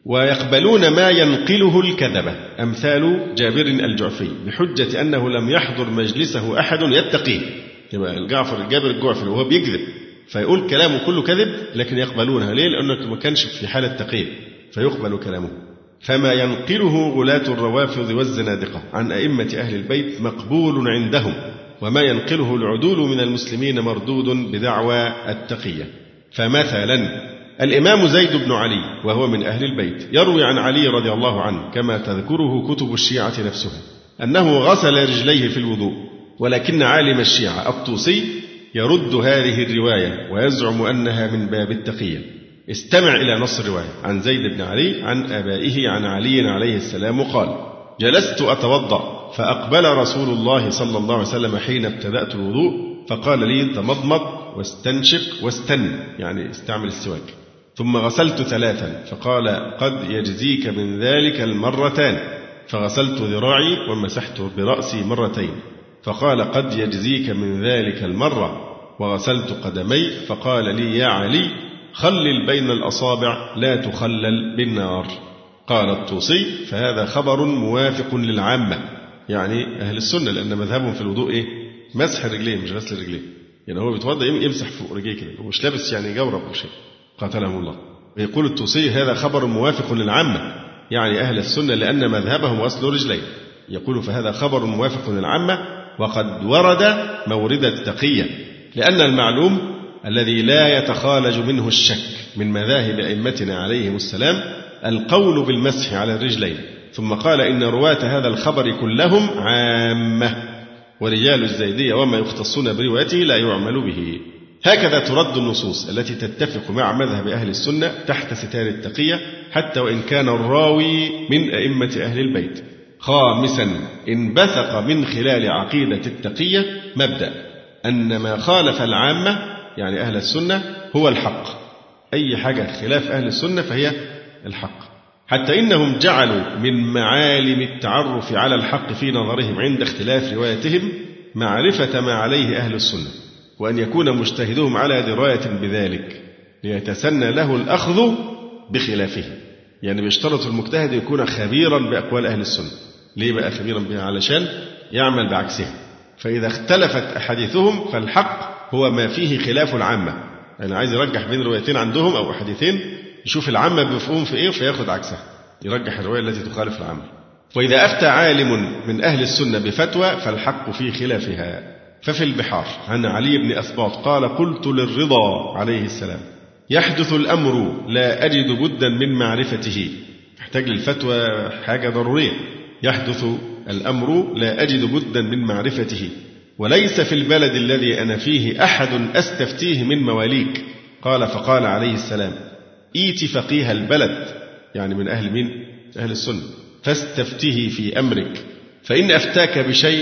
ويقبلون ما ينقله الكذبة أمثال جابر الجعفي بحجة أنه لم يحضر مجلسه أحد يتقيه. يبقى الجعفر الجابر الجعفي وهو بيكذب فيقول كلامه كله كذب، لكن يقبلونها ليه؟ لأنه ما كانش في حالة تقية فيقبل كلامه. فما ينقله غلاة الروافض والزنادقة عن أئمة أهل البيت مقبول عندهم، وما ينقله العدول من المسلمين مردود بدعوى التقية. فمثلا الإمام زيد بن علي وهو من أهل البيت يروي عن علي رضي الله عنه كما تذكره كتب الشيعة نفسها أنه غسل رجليه في الوضوء، ولكن عالم الشيعة الطوسي يرد هذه الرواية ويزعم أنها من باب التقية. استمع إلى نص الرواية عن زيد بن علي عن آبائه عن علي عليه السلام قال: جلست أتوضأ فأقبل رسول الله صلى الله عليه وسلم حين ابتدأت الوضوء فقال لي: تمضمض واستنشق واستن، يعني استعمل السواك. ثم غسلت ثلاثا فقال: قد يجزيك من ذلك المرتان. فغسلت ذراعي ومسحت برأسي مرتين فقال: قد يجزيك من ذلك المرة. وغسلت قدمي فقال لي: يا علي خلل بين الأصابع لا تخلل بالنار. قال الطوسي: فهذا خبر موافق للعامة، يعني أهل السنة، لأن مذهبهم في الوضوء إيه؟ مسح الرجلين مش غسل الرجلين، يعني هو بيتوضأ يمسح فوق رجليه كده ومش لابس يعني جورب أو شيء، قاتلهم الله. ويقول الطوسي: هذا خبر موافق للعامة، يعني أهل السنة لأن مذهبهم أصل رجلين. يقول: فهذا خبر موافق للعامة، وقد ورد مورد التقية، لأن المعلوم الذي لا يتخالج منه الشك من مذاهب أئمتنا عليهم السلام القول بالمسح على الرجلين. ثم قال: إن رواة هذا الخبر كلهم عامة، ورجال الزيدية وما يختصون بروايته لا يعمل به. هكذا ترد النصوص التي تتفق مع مذهب أهل السنة تحت ستار التقية، حتى وإن كان الراوي من أئمة أهل البيت. خامسا، انبثق من خلال عقيدة التقية مبدأ أن ما خالف العامة يعني أهل السنة هو الحق، أي حاجة خلاف أهل السنة فهي الحق، حتى إنهم جعلوا من معالم التعرف على الحق في نظرهم عند اختلاف روايتهم معرفة ما عليه أهل السنة، وأن يكون مجتهدهم على دراية بذلك ليتسنى له الأخذ بخلافه. يعني بيشترط المجتهد يكون خبيرا بأقوال أهل السنة. ليه بقى خبيرا بها؟ علشان يعمل بعكسها. فإذا اختلفت أحاديثهم فالحق هو ما فيه خلاف العامة، يعني عايز يرجح بين روايتين عندهم أو أحاديثين يشوف العامة بيفقهم في إيه فياخد عكسها، يرجح الرواية التي تخالف العامة. وإذا أفتى عالم من أهل السنة بفتوى فالحق في خلافها. ففي البحار عن علي بن أسباط قال: قلت للرضا عليه السلام: يحدث الأمر لا أجد بدا من معرفته. يحتاج للفتوى حاجة ضرورية، يحدث الأمر لا أجد بدا من معرفته، وليس في البلد الذي أنا فيه أحد أستفتيه من مواليك. قال: فقال عليه السلام: إيت فقيه البلد، يعني من أهل مين؟ أهل السنة، فاستفته في أمرك، فإن أفتاك بشيء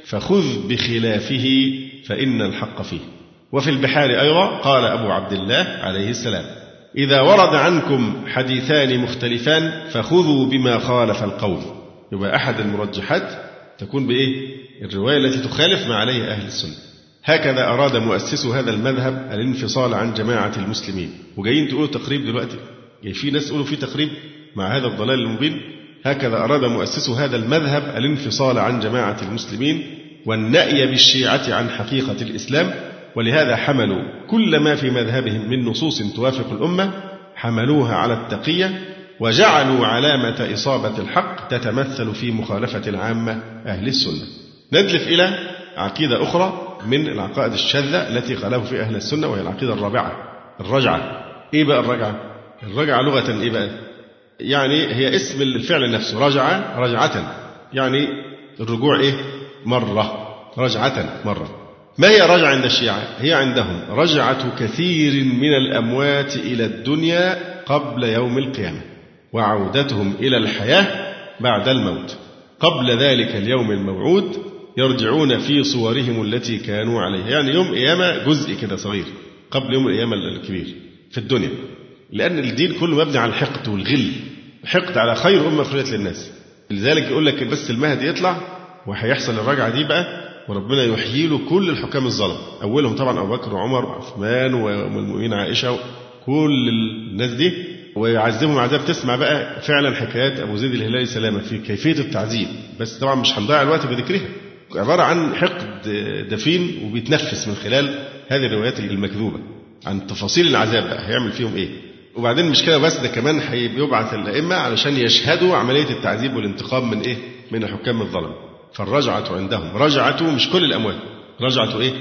فخذ بخلافه فإن الحق فيه. وفي البحار أيضا قال أبو عبد الله عليه السلام: إذا ورد عنكم حديثان مختلفان فخذوا بما خالف القول. يبقى أحد المرجحات تكون بإيه؟ الرواية التي تخالف ما عليه أهل السنة. هكذا أراد مؤسسو هذا المذهب الانفصال عن جماعة المسلمين. وجايين تقولوا تقريب دلوقتي، جاي في ناس يقولوا في تقريب مع هذا الضلال المبين. هكذا أراد مؤسسو هذا المذهب الانفصال عن جماعة المسلمين والنأي بالشيعة عن حقيقة الإسلام، ولهذا حملوا كل ما في مذهبهم من نصوص توافق الأمة حملوها على التقية، وجعلوا علامة إصابة الحق تتمثل في مخالفة العامة أهل السنة. ندلف إلى عقيدة أخرى من العقائد الشاذة التي خالفوا في أهل السنة، وهي العقيدة الرابعة، الرجعة. إيه بقى الرجعة؟ الرجعة لغة إيه بقى؟ يعني هي اسم الفعل نفسه، رجعة رجعة، يعني الرجوع إيه؟ مرة، رجعة مرة. ما هي رجعة عند الشيعة؟ هي عندهم رجعة كثير من الأموات إلى الدنيا قبل يوم القيامة، وعودتهم إلى الحياة بعد الموت. قبل ذلك اليوم الموعود يرجعون في صورهم التي كانوا عليها، يعني يوم القيامة جزء كده صغير قبل يوم القيامة الكبير في الدنيا، لأن الدين كله مبني على الحقد والغل، حقد على خير أمة أخرجت للناس. لذلك يقول لك بس المهدي يطلع وهيحصل الرجعة دي بقى، وربنا يحيي له كل الحكام الظلم، أولهم طبعا أبو بكر وعمر وعثمان وأم المؤمنين عائشة، كل الناس دي، ويعذبهم عذاب. تسمع بقى فعلا حكايات أبو زيد الهلالي سلامة في كيفية التعذيب، بس طبعا مش هنضيع الوقت بذكرها، عبارة عن حقد دفين وبيتنفس من خلال هذه الروايات المكذوبة عن تفاصيل العذاب بقى هيعمل فيهم إيه. وبعدين مش كده بس، ده كمان هيبعث الأئمة علشان يشهدوا عملية التعذيب والانتقام من إيه؟ من الحكام الظلم. فالرجعة عندهم رجعة مش كل الأموات، رجعة إيه؟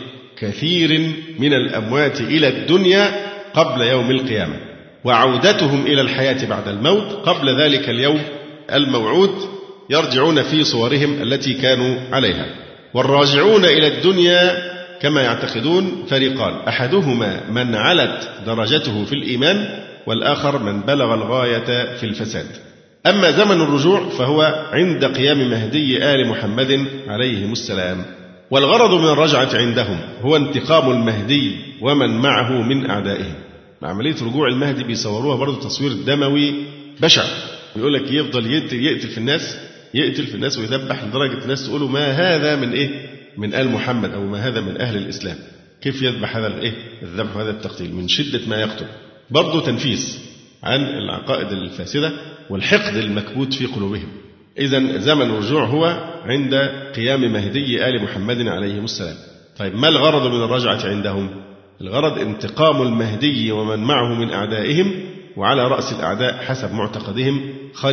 كثير من الأموات إلى الدنيا قبل يوم القيامة، وعودتهم إلى الحياة بعد الموت قبل ذلك اليوم الموعود، يرجعون في صورهم التي كانوا عليها. والراجعون إلى الدنيا كما يعتقدون فريقان، أحدهما من علت درجته في الإيمان، والآخر من بلغ الغاية في الفساد. أما زمن الرجوع فهو عند قيام مهدي آل محمد عليهم السلام. والغرض من الرجعة عندهم هو انتقام المهدي ومن معه من أعدائهم. عملية رجوع المهدي بيصوروها برضو تصوير دموي بشع، بيقول لك يفضل يقتل, يقتل في الناس يقتل في الناس ويذبح لدرجة الناس تقولوا ما هذا من إيه؟ من آل محمد، أو ما هذا من أهل الإسلام. كيف يذبح هذا الإيه؟ الذبح وهذا التقتيل من شدة ما يقتل. برضو تنفيس عن العقائد الفاسدة والحقد المكبوت في قلوبهم. إذن زمن الرجوع هو عند قيام مهدي آل محمد عليهم السلام. طيب ما الغرض من الرجعة عندهم؟ الغرض انتقام المهدي ومن معه من أعدائهم، وعلى رأس الأعداء حسب معتقدهم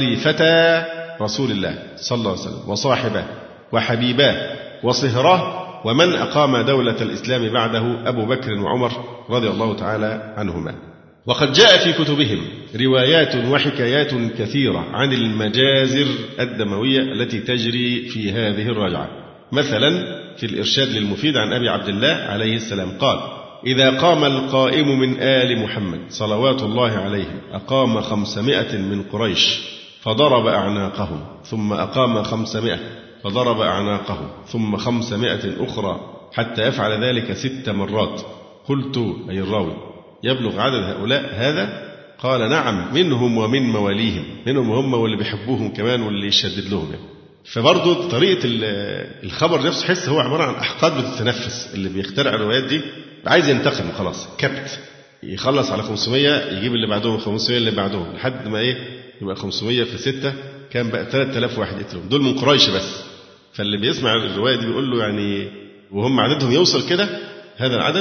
خليفة رسول الله صلى الله عليه وسلم وصاحبه وحبيباه وصهراه، ومن أقام دولة الإسلام بعده أبو بكر وعمر رضي الله تعالى عنهما. وقد جاء في كتبهم روايات وحكايات كثيرة عن المجازر الدموية التي تجري في هذه الرجعة. مثلا في الإرشاد للمفيد عن أبي عبد الله عليه السلام قال: إذا قام القائم من آل محمد صلوات الله عليه أقام خمسمائة من قريش فضرب أعناقهم، ثم أقام خمسمائة فضرب أعناقهم، ثم خمسمائة أخرى حتى يفعل ذلك ست مرات، قلت أي الراوي يبلغ عدد هؤلاء هذا؟ قال نعم، منهم ومن مواليهم، منهم هم واللي بيحبوهم كمان واللي يشدد لهم يعني. فبرضه طريقة الخبر نفسه حس هو عبارة عن أحقاد بتتنفس. اللي بيخترع الروايات دي عايز ينتقم خلاص، كبت، يخلص على خمسمائة يجيب اللي بعدهم خمسمائة اللي بعدهم لحد ما إيه يبقى خمسمائة في ستة كان بقى ثلاثة آلاف واحد يقتلهم، دول من قريش بس. فاللي بيسمع الرواية دي بيقول له يعني وهم عددهم يوصل كده هذا العدد،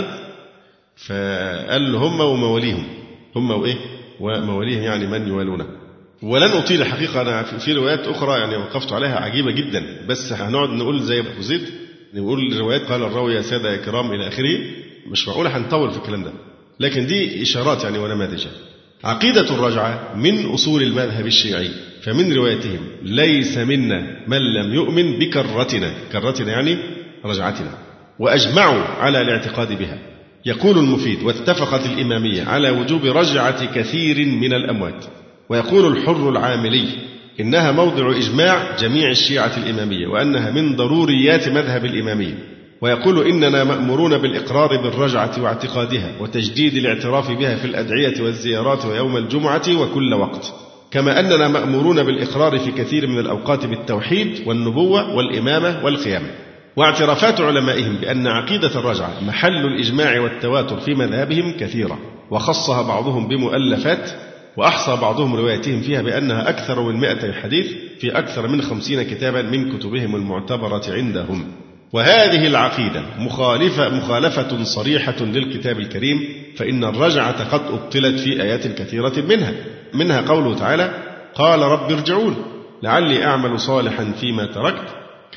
فقال له هم ومواليهم، هم وإيه ومواليهم يعني من يوالونه. ولن أطيل الحقيقة، أنا في روايات أخرى يعني وقفت عليها عجيبة جدا، بس هنقعد نقول زي أبو زيد نقول الروايات قال الراوي يا سادة يا كرام إلى آخره، مش معقولة هنطول في الكلام ده، لكن دي إشارات يعني ونماذج. عقيدة الرجعة من أصول المذهب الشيعي، فمن روايتهم ليس منا من لم يؤمن بكرتنا، كرتنا يعني رجعتنا، وأجمعوا على الاعتقاد بها. يقول المفيد: واتفقت الإمامية على وجوب رجعة كثير من الأموات. ويقول الحر العاملي: إنها موضع إجماع جميع الشيعة الإمامية، وأنها من ضروريات مذهب الإمامية. ويقول: إننا مأمورون بالإقرار بالرجعة واعتقادها وتجديد الاعتراف بها في الأدعية والزيارات ويوم الجمعة وكل وقت، كما أننا مأمورون بالإقرار في كثير من الأوقات بالتوحيد والنبوة والإمامة والقيامة. واعترافات علمائهم بأن عقيدة الرجعة محل الإجماع والتواتر في مذهبهم كثيرة، وخصها بعضهم بمؤلفات، وأحصى بعضهم رواياتهم فيها بأنها أكثر من مائتي حديث في أكثر من خمسين كتابا من كتبهم المعتبرة عندهم. وهذه العقيدة مخالفة, مخالفة صريحة للكتاب الكريم، فإن الرجعة قد أبطلت في آيات كثيرة منها منها قوله تعالى: قال رب ارجعون لعلي أعمل صالحا فيما تركت،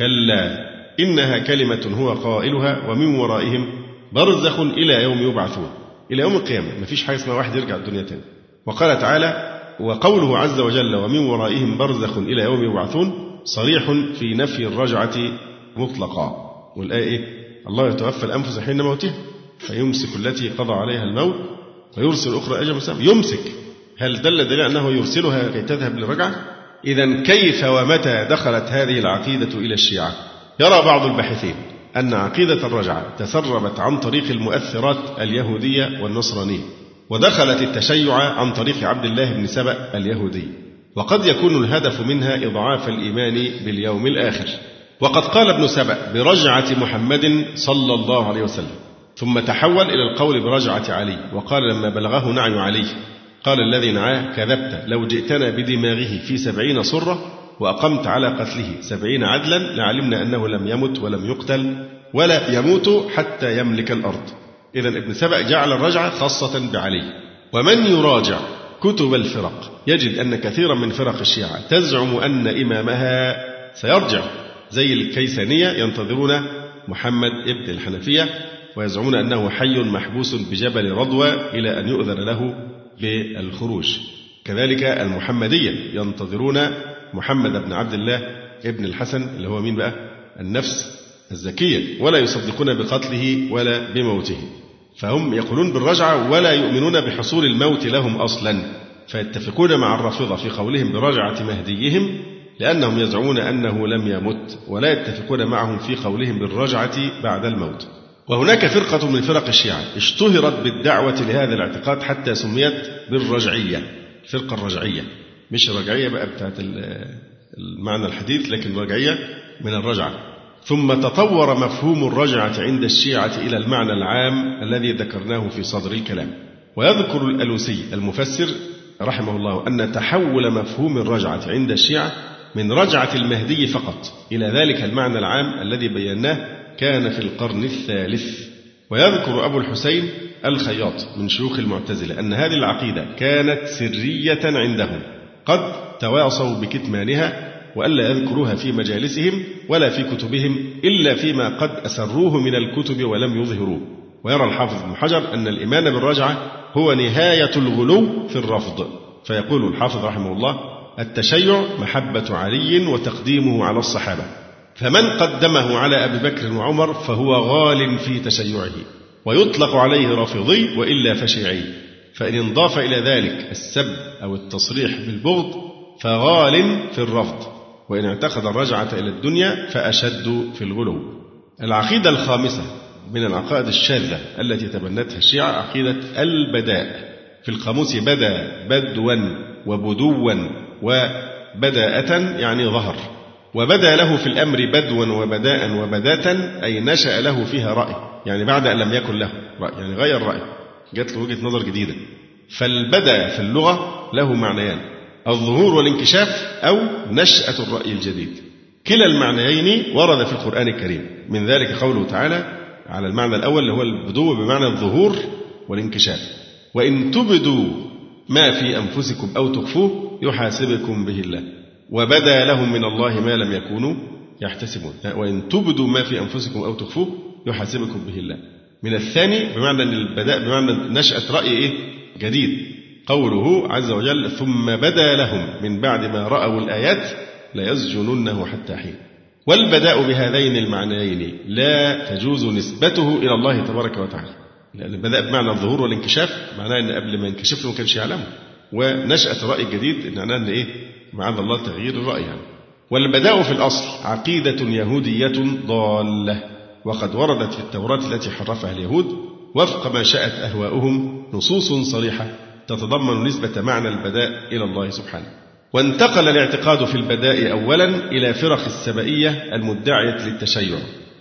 كلا إنها كلمة هو قائلها ومن ورائهم برزخ إلى يوم يبعثون، إلى يوم القيامة، ما فيش حاجة اسمها واحد يرجع الدنيا تاني. وقال تعالى: وقوله عز وجل ومن ورائهم برزخ إلى يوم يبعثون صريح في نفي الرجعة مطلقا. والآية إيه؟ الله يتوفى الأنفس حين موتها فيمسك التي قضى عليها الموت ويرسل أخرى أجل مسمى. يمسك، هل دل دليل أنه يرسلها كي تذهب للرجعة؟ إذن كيف ومتى دخلت هذه العقيدة إلى الشيعة؟ يرى بعض الباحثين أن عقيدة الرجعة تسربت عن طريق المؤثرات اليهودية والنصرانية، ودخلت التشيع عن طريق عبد الله بن سبأ اليهودي، وقد يكون الهدف منها إضعاف الإيمان باليوم الآخر. وقد قال ابن سبأ برجعة محمد صلى الله عليه وسلم، ثم تحول إلى القول برجعة علي، وقال لما بلغه نعي علي قال الذي نعاه: كذبت، لو جئتنا بدماغه في سبعين صرة وأقمت على قتله سبعين عدلا لعلمنا أنه لم يمت ولم يقتل ولا يموت حتى يملك الأرض. إذن ابن سبأ جعل الرجعة خاصة بعلي. ومن يراجع كتب الفرق يجد أن كثيرا من فرق الشيعة تزعم أن إمامها سيرجع، زي الكيسانية ينتظرون محمد ابن الحنفية ويزعمون أنه حي محبوس بجبل رضوى إلى أن يؤذن له بالخروج. كذلك المحمدية ينتظرون محمد بن عبد الله ابن الحسن اللي هو مين بقى؟ النفس الزكية، ولا يصدقون بقتله ولا بموته، فهم يقولون بالرجعة ولا يؤمنون بحصول الموت لهم أصلا، فيتفقون مع الرافضة في قولهم برجعة مهديهم لأنهم يزعمون أنه لم يمت، ولا يتفقون معهم في قولهم بالرجعة بعد الموت. وهناك فرقة من فرق الشيعة اشتهرت بالدعوة لهذا الاعتقاد حتى سميت بالرجعية، الفرقة الرجعية، مش الرجعية بقى بتاعت المعنى الحديث، لكن رجعية من الرجعة. ثم تطور مفهوم الرجعة عند الشيعة إلى المعنى العام الذي ذكرناه في صدر الكلام. ويذكر الألوسي المفسر رحمه الله أن تحول مفهوم الرجعة عند الشيعة من رجعة المهدي فقط إلى ذلك المعنى العام الذي بيناه كان في القرن الثالث. ويذكر أبو الحسين الخياط من شيوخ المعتزلة أن هذه العقيدة كانت سرية عندهم قد تواصوا بكتمانها وألا يذكروها في مجالسهم ولا في كتبهم إلا فيما قد أسروه من الكتب ولم يظهروه. ويرى الحافظ ابن حجر أن الإيمان بالرجعة هو نهاية الغلو في الرفض، فيقول الحافظ رحمه الله: التشيع محبة علي وتقديمه على الصحابة، فمن قدمه على أبي بكر وعمر فهو غال في تشيعه، ويطلق عليه رافضي وإلا فشيعي، فإن انضاف إلى ذلك السب أو التصريح بالبغض فغال في الرفض، وإن اعتقد الرجعة إلى الدنيا فأشد في الغلو. العقيدة الخامسة من العقائد الشاذة التي تبنتها الشيعة عقيدة البداء. في القاموس بدا بدوا وبدوا وبداءة يعني ظهر، وبدا له في الأمر بدوا وبداء وبداة أي نشأ له فيها رأي، يعني بعد أن لم يكن له رأي، يعني غير رأي، جات له وجهة نظر جديدة. فالبداء في اللغة له معنيان: الظهور والانكشاف أو نشأة الرأي الجديد. كلا المعنيين ورد في القرآن الكريم، من ذلك قوله تعالى على المعنى الأول اللي هو البدو بمعنى الظهور والانكشاف: وإن تبدوا ما في أنفسكم أو تخفوه يحاسبكم به الله وبدا لهم من الله ما لم يكونوا يحتسبون. وإن تبدوا ما في أنفسكم أو تخفوه يحاسبكم به الله. من الثاني بمعنى أن البداء بمعنى نشأة رأي إيه؟ جديد. قوله عز وجل: ثم بدا لهم من بعد ما رأوا الآيات ليسجننه حتى حين. والبداء بهذين المعنيين لا تجوز نسبته إلى الله تبارك وتعالى، لأن البداء بمعنى الظهور والانكشاف معناه أن قبل ما ينكشف له ما كانش يعلمه، ونشأة الرأي الجديد معناه أن إيه؟ معاذ الله تغيير الرأي يعني. والبداء في الأصل عقيدة يهودية ضالة، وقد وردت في التوراة التي حرفها اليهود وفق ما شاءت أهواؤهم نصوص صريحة تتضمن نسبة معنى البداء إلى الله سبحانه. وانتقل الاعتقاد في البداء أولا إلى فرق السبائية المدعية للتشيع،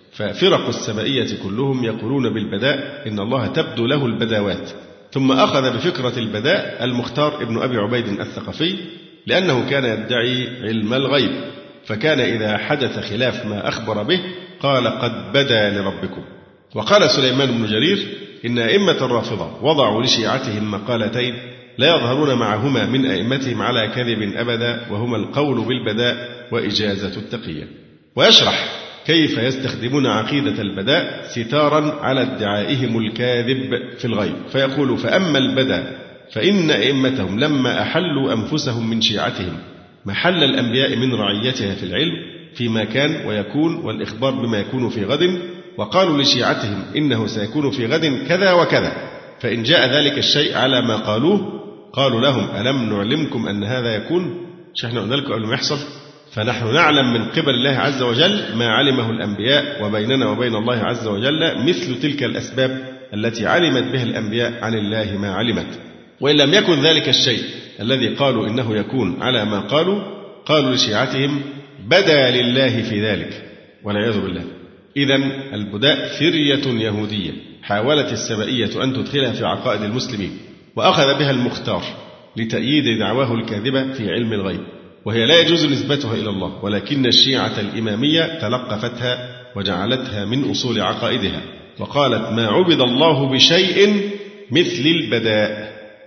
ففرق السبائية كلهم يقولون بالبداء إن الله تبدو له البداوات. ثم أخذ بفكرة البداء المختار ابن أبي عبيد الثقفي لأنه كان يدعي علم الغيب، فكان إذا حدث خلاف ما أخبر به قال: قد بدا لربكم. وقال سليمان بن جرير: إن أئمة الرافضة وضعوا لشيعتهم مقالتين لا يظهرون معهما من أئمتهم على كذب أبدا، وهما القول بالبداء وإجازة التقية. ويشرح كيف يستخدمون عقيدة البداء ستارا على ادعائهم الكاذب في الغيب، فيقول: فأما البداء فإن أئمتهم لما أحلوا أنفسهم من شيعتهم محل الأنبياء من رعيتها في العلم فيما كان ويكون والإخبار بما يكون في غد، وقالوا لشيعتهم إنه سيكون في غد كذا وكذا، فإن جاء ذلك الشيء على ما قالوه قالوا لهم: ألم نعلمكم أن هذا يكون؟ مش احنا قلنا لكم قبل ما يحصل؟ فنحن نعلم من قبل الله عز وجل ما علمه الأنبياء، وبيننا وبين الله عز وجل مثل تلك الأسباب التي علمت بها الأنبياء عن الله ما علمت. وإن لم يكن ذلك الشيء الذي قالوا إنه يكون على ما قالوا، قالوا لشيعتهم: بدا لله في ذلك، والعياذ بالله. إذن البداء فرية يهودية حاولت السبائية أن تدخلها في عقائد المسلمين، وأخذ بها المختار لتأييد دعواه الكاذبة في علم الغيب، وهي لا يجوز نسبتها إلى الله، ولكن الشيعة الإمامية تلقفتها وجعلتها من أصول عقائدها، وقالت: ما عبد الله بشيء مثل البداء،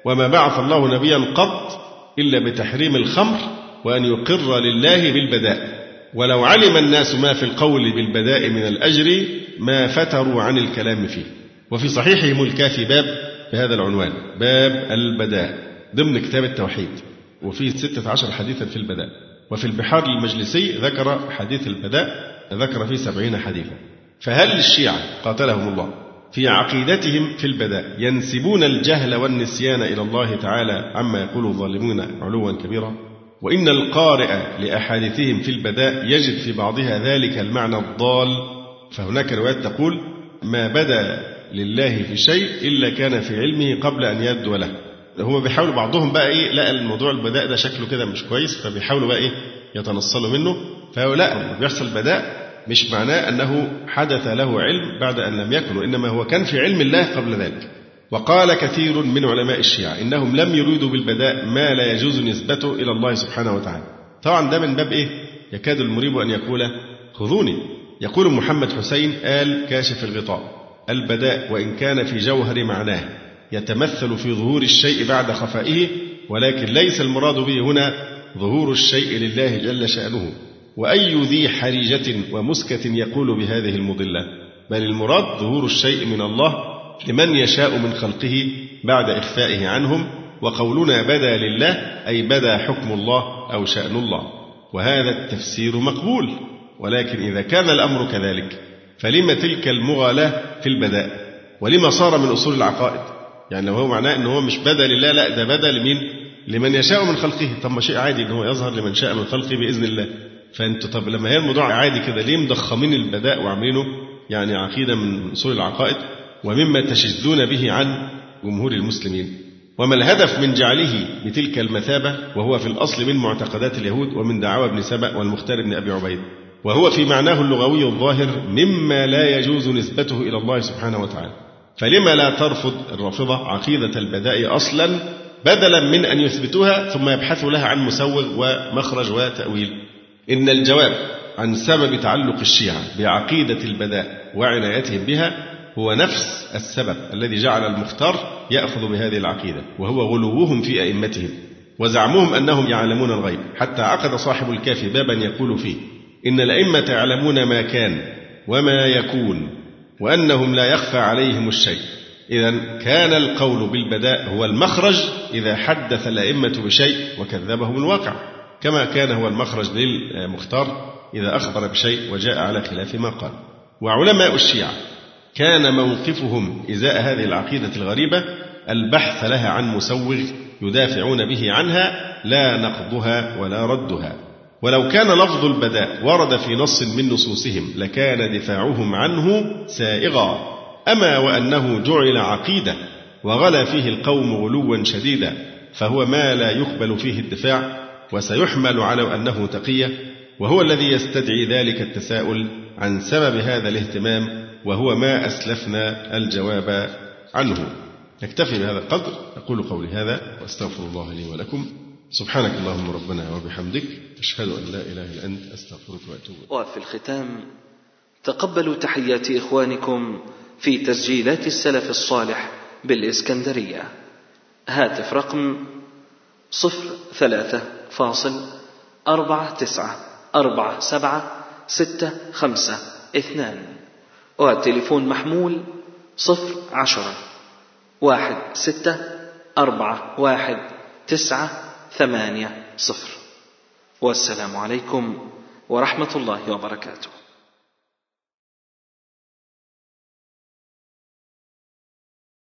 وما بعث الله نبيا قط إلا بتحريم الخمر وأن يقر لله بالبداء، ولو علم الناس ما في القول بالبداء من الأجر ما فتروا عن الكلام فيه. وفي صحيحهم الكافي باب بهذا العنوان، باب البداء، ضمن كتاب التوحيد، وفيه ستة عشر حديثا في البداء. وفي البحار المجلسي ذكر حديث البداء، ذكر فيه سبعين حديثا. فهل الشيعة قاتلهم الله في عقيدتهم في البداء ينسبون الجهل والنسيان إلى الله تعالى عما يقول الظالمون علوا كبيرا؟ وإن القارئ لأحاديثهم في البداء يجد في بعضها ذلك المعنى الضال. فهناك روايات تقول ما بدا لله في شيء إلا كان في علمه قبل أن يبدو له. هم بيحاولوا بعضهم بقى إيه، لا الموضوع البداء ده شكله كده مش كويس، فبيحاولوا بقى إيه يتنصلوا منه. فهو لا، بيحصل بداء مش معناه أنه حدث له علم بعد أن لم يكن، وإنما هو كان في علم الله قبل ذلك. وقال كثير من علماء الشيعة إنهم لم يريدوا بالبداء ما لا يجوز نسبته إلى الله سبحانه وتعالى. طبعا ده من باب إيه، يكاد المريب أن يقول خذوني. يقول محمد حسين آل كاشف الغطاء البداء وإن كان في جوهر معناه يتمثل في ظهور الشيء بعد خفائه، ولكن ليس المراد به هنا ظهور الشيء لله جل شأنه. وأي ذي حريجة ومسكة يقول بهذه المضلة، بل المراد ظهور الشيء من الله لمن يشاء من خلقه بعد إخفائه عنهم. وقولنا بدا لله أي بدا حكم الله أو شأن الله، وهذا التفسير مقبول. ولكن إذا كان الأمر كذلك فلما تلك المغالاة في البداء؟ ولما صار من أصول العقائد؟ يعني لو هو معناه أنه هو مش بدا لله، لا ده بدا لمين؟ لمن يشاء من خلقه. طب ما شيء عادي أنه يظهر لمن شاء من خلقه بإذن الله. فأنتوا طب لما هي الموضوع عادي كده ليه مضخمين البداء وعاملينه يعني عقيدة من أصول العقائد ومما تشذون به عن جمهور المسلمين؟ وما الهدف من جعله بتلك المثابة وهو في الأصل من معتقدات اليهود ومن دعوى ابن سبأ والمختار بن أبي عبيد، وهو في معناه اللغوي الظاهر مما لا يجوز نسبته إلى الله سبحانه وتعالى؟ فلما لا ترفض الرافضة عقيدة البداء أصلا بدلا من أن يثبتوها ثم يبحثوا لها عن مسوغ ومخرج وتأويل؟ إن الجواب عن سبب تعلق الشيعة بعقيدة البداء وعنايتهم بها هو نفس السبب الذي جعل المختار يأخذ بهذه العقيدة، وهو غلوهم في أئمتهم وزعمهم أنهم يعلمون الغيب، حتى عقد صاحب الكافي بابا يقول فيه إن الأئمة يعلمون ما كان وما يكون وأنهم لا يخفى عليهم الشيء. إذن كان القول بالبداء هو المخرج إذا حدث الأئمة بشيء وكذبهم الواقع، كما كان هو المخرج للمختار إذا أخبر بشيء وجاء على خلاف ما قال. وعلماء الشيعة كان موقفهم إزاء هذه العقيدة الغريبة البحث لها عن مسوغ يدافعون به عنها، لا نقضها ولا ردها. ولو كان لفظ البداء ورد في نص من نصوصهم لكان دفاعهم عنه سائغا، أما وأنه جعل عقيدة وغلا فيه القوم غلوا شديدا فهو ما لا يقبل فيه الدفاع، وسيحمل على أنه تقية، وهو الذي يستدعي ذلك التساؤل عن سبب هذا الاهتمام، وهو ما أسلفنا الجواب عنه. نكتفي بهذا القدر. أقول قولي هذا وأستغفر الله لي ولكم. سبحانك اللهم ربنا وبحمدك، أشهد أن لا إله إلا أنت، أستغفرك وأتوب إليك. وفي الختام تقبلوا تحيات إخوانكم في تسجيلات السلف الصالح بالإسكندرية. هاتف رقم صفر ثلاثة فاصل أربعة تسعة أربعة سبعة ستة خمسة اثنان، والتليفون محمول صفر عشرة واحد ستة أربعة واحد تسعة ثمانية صفر. والسلام عليكم ورحمة الله وبركاته.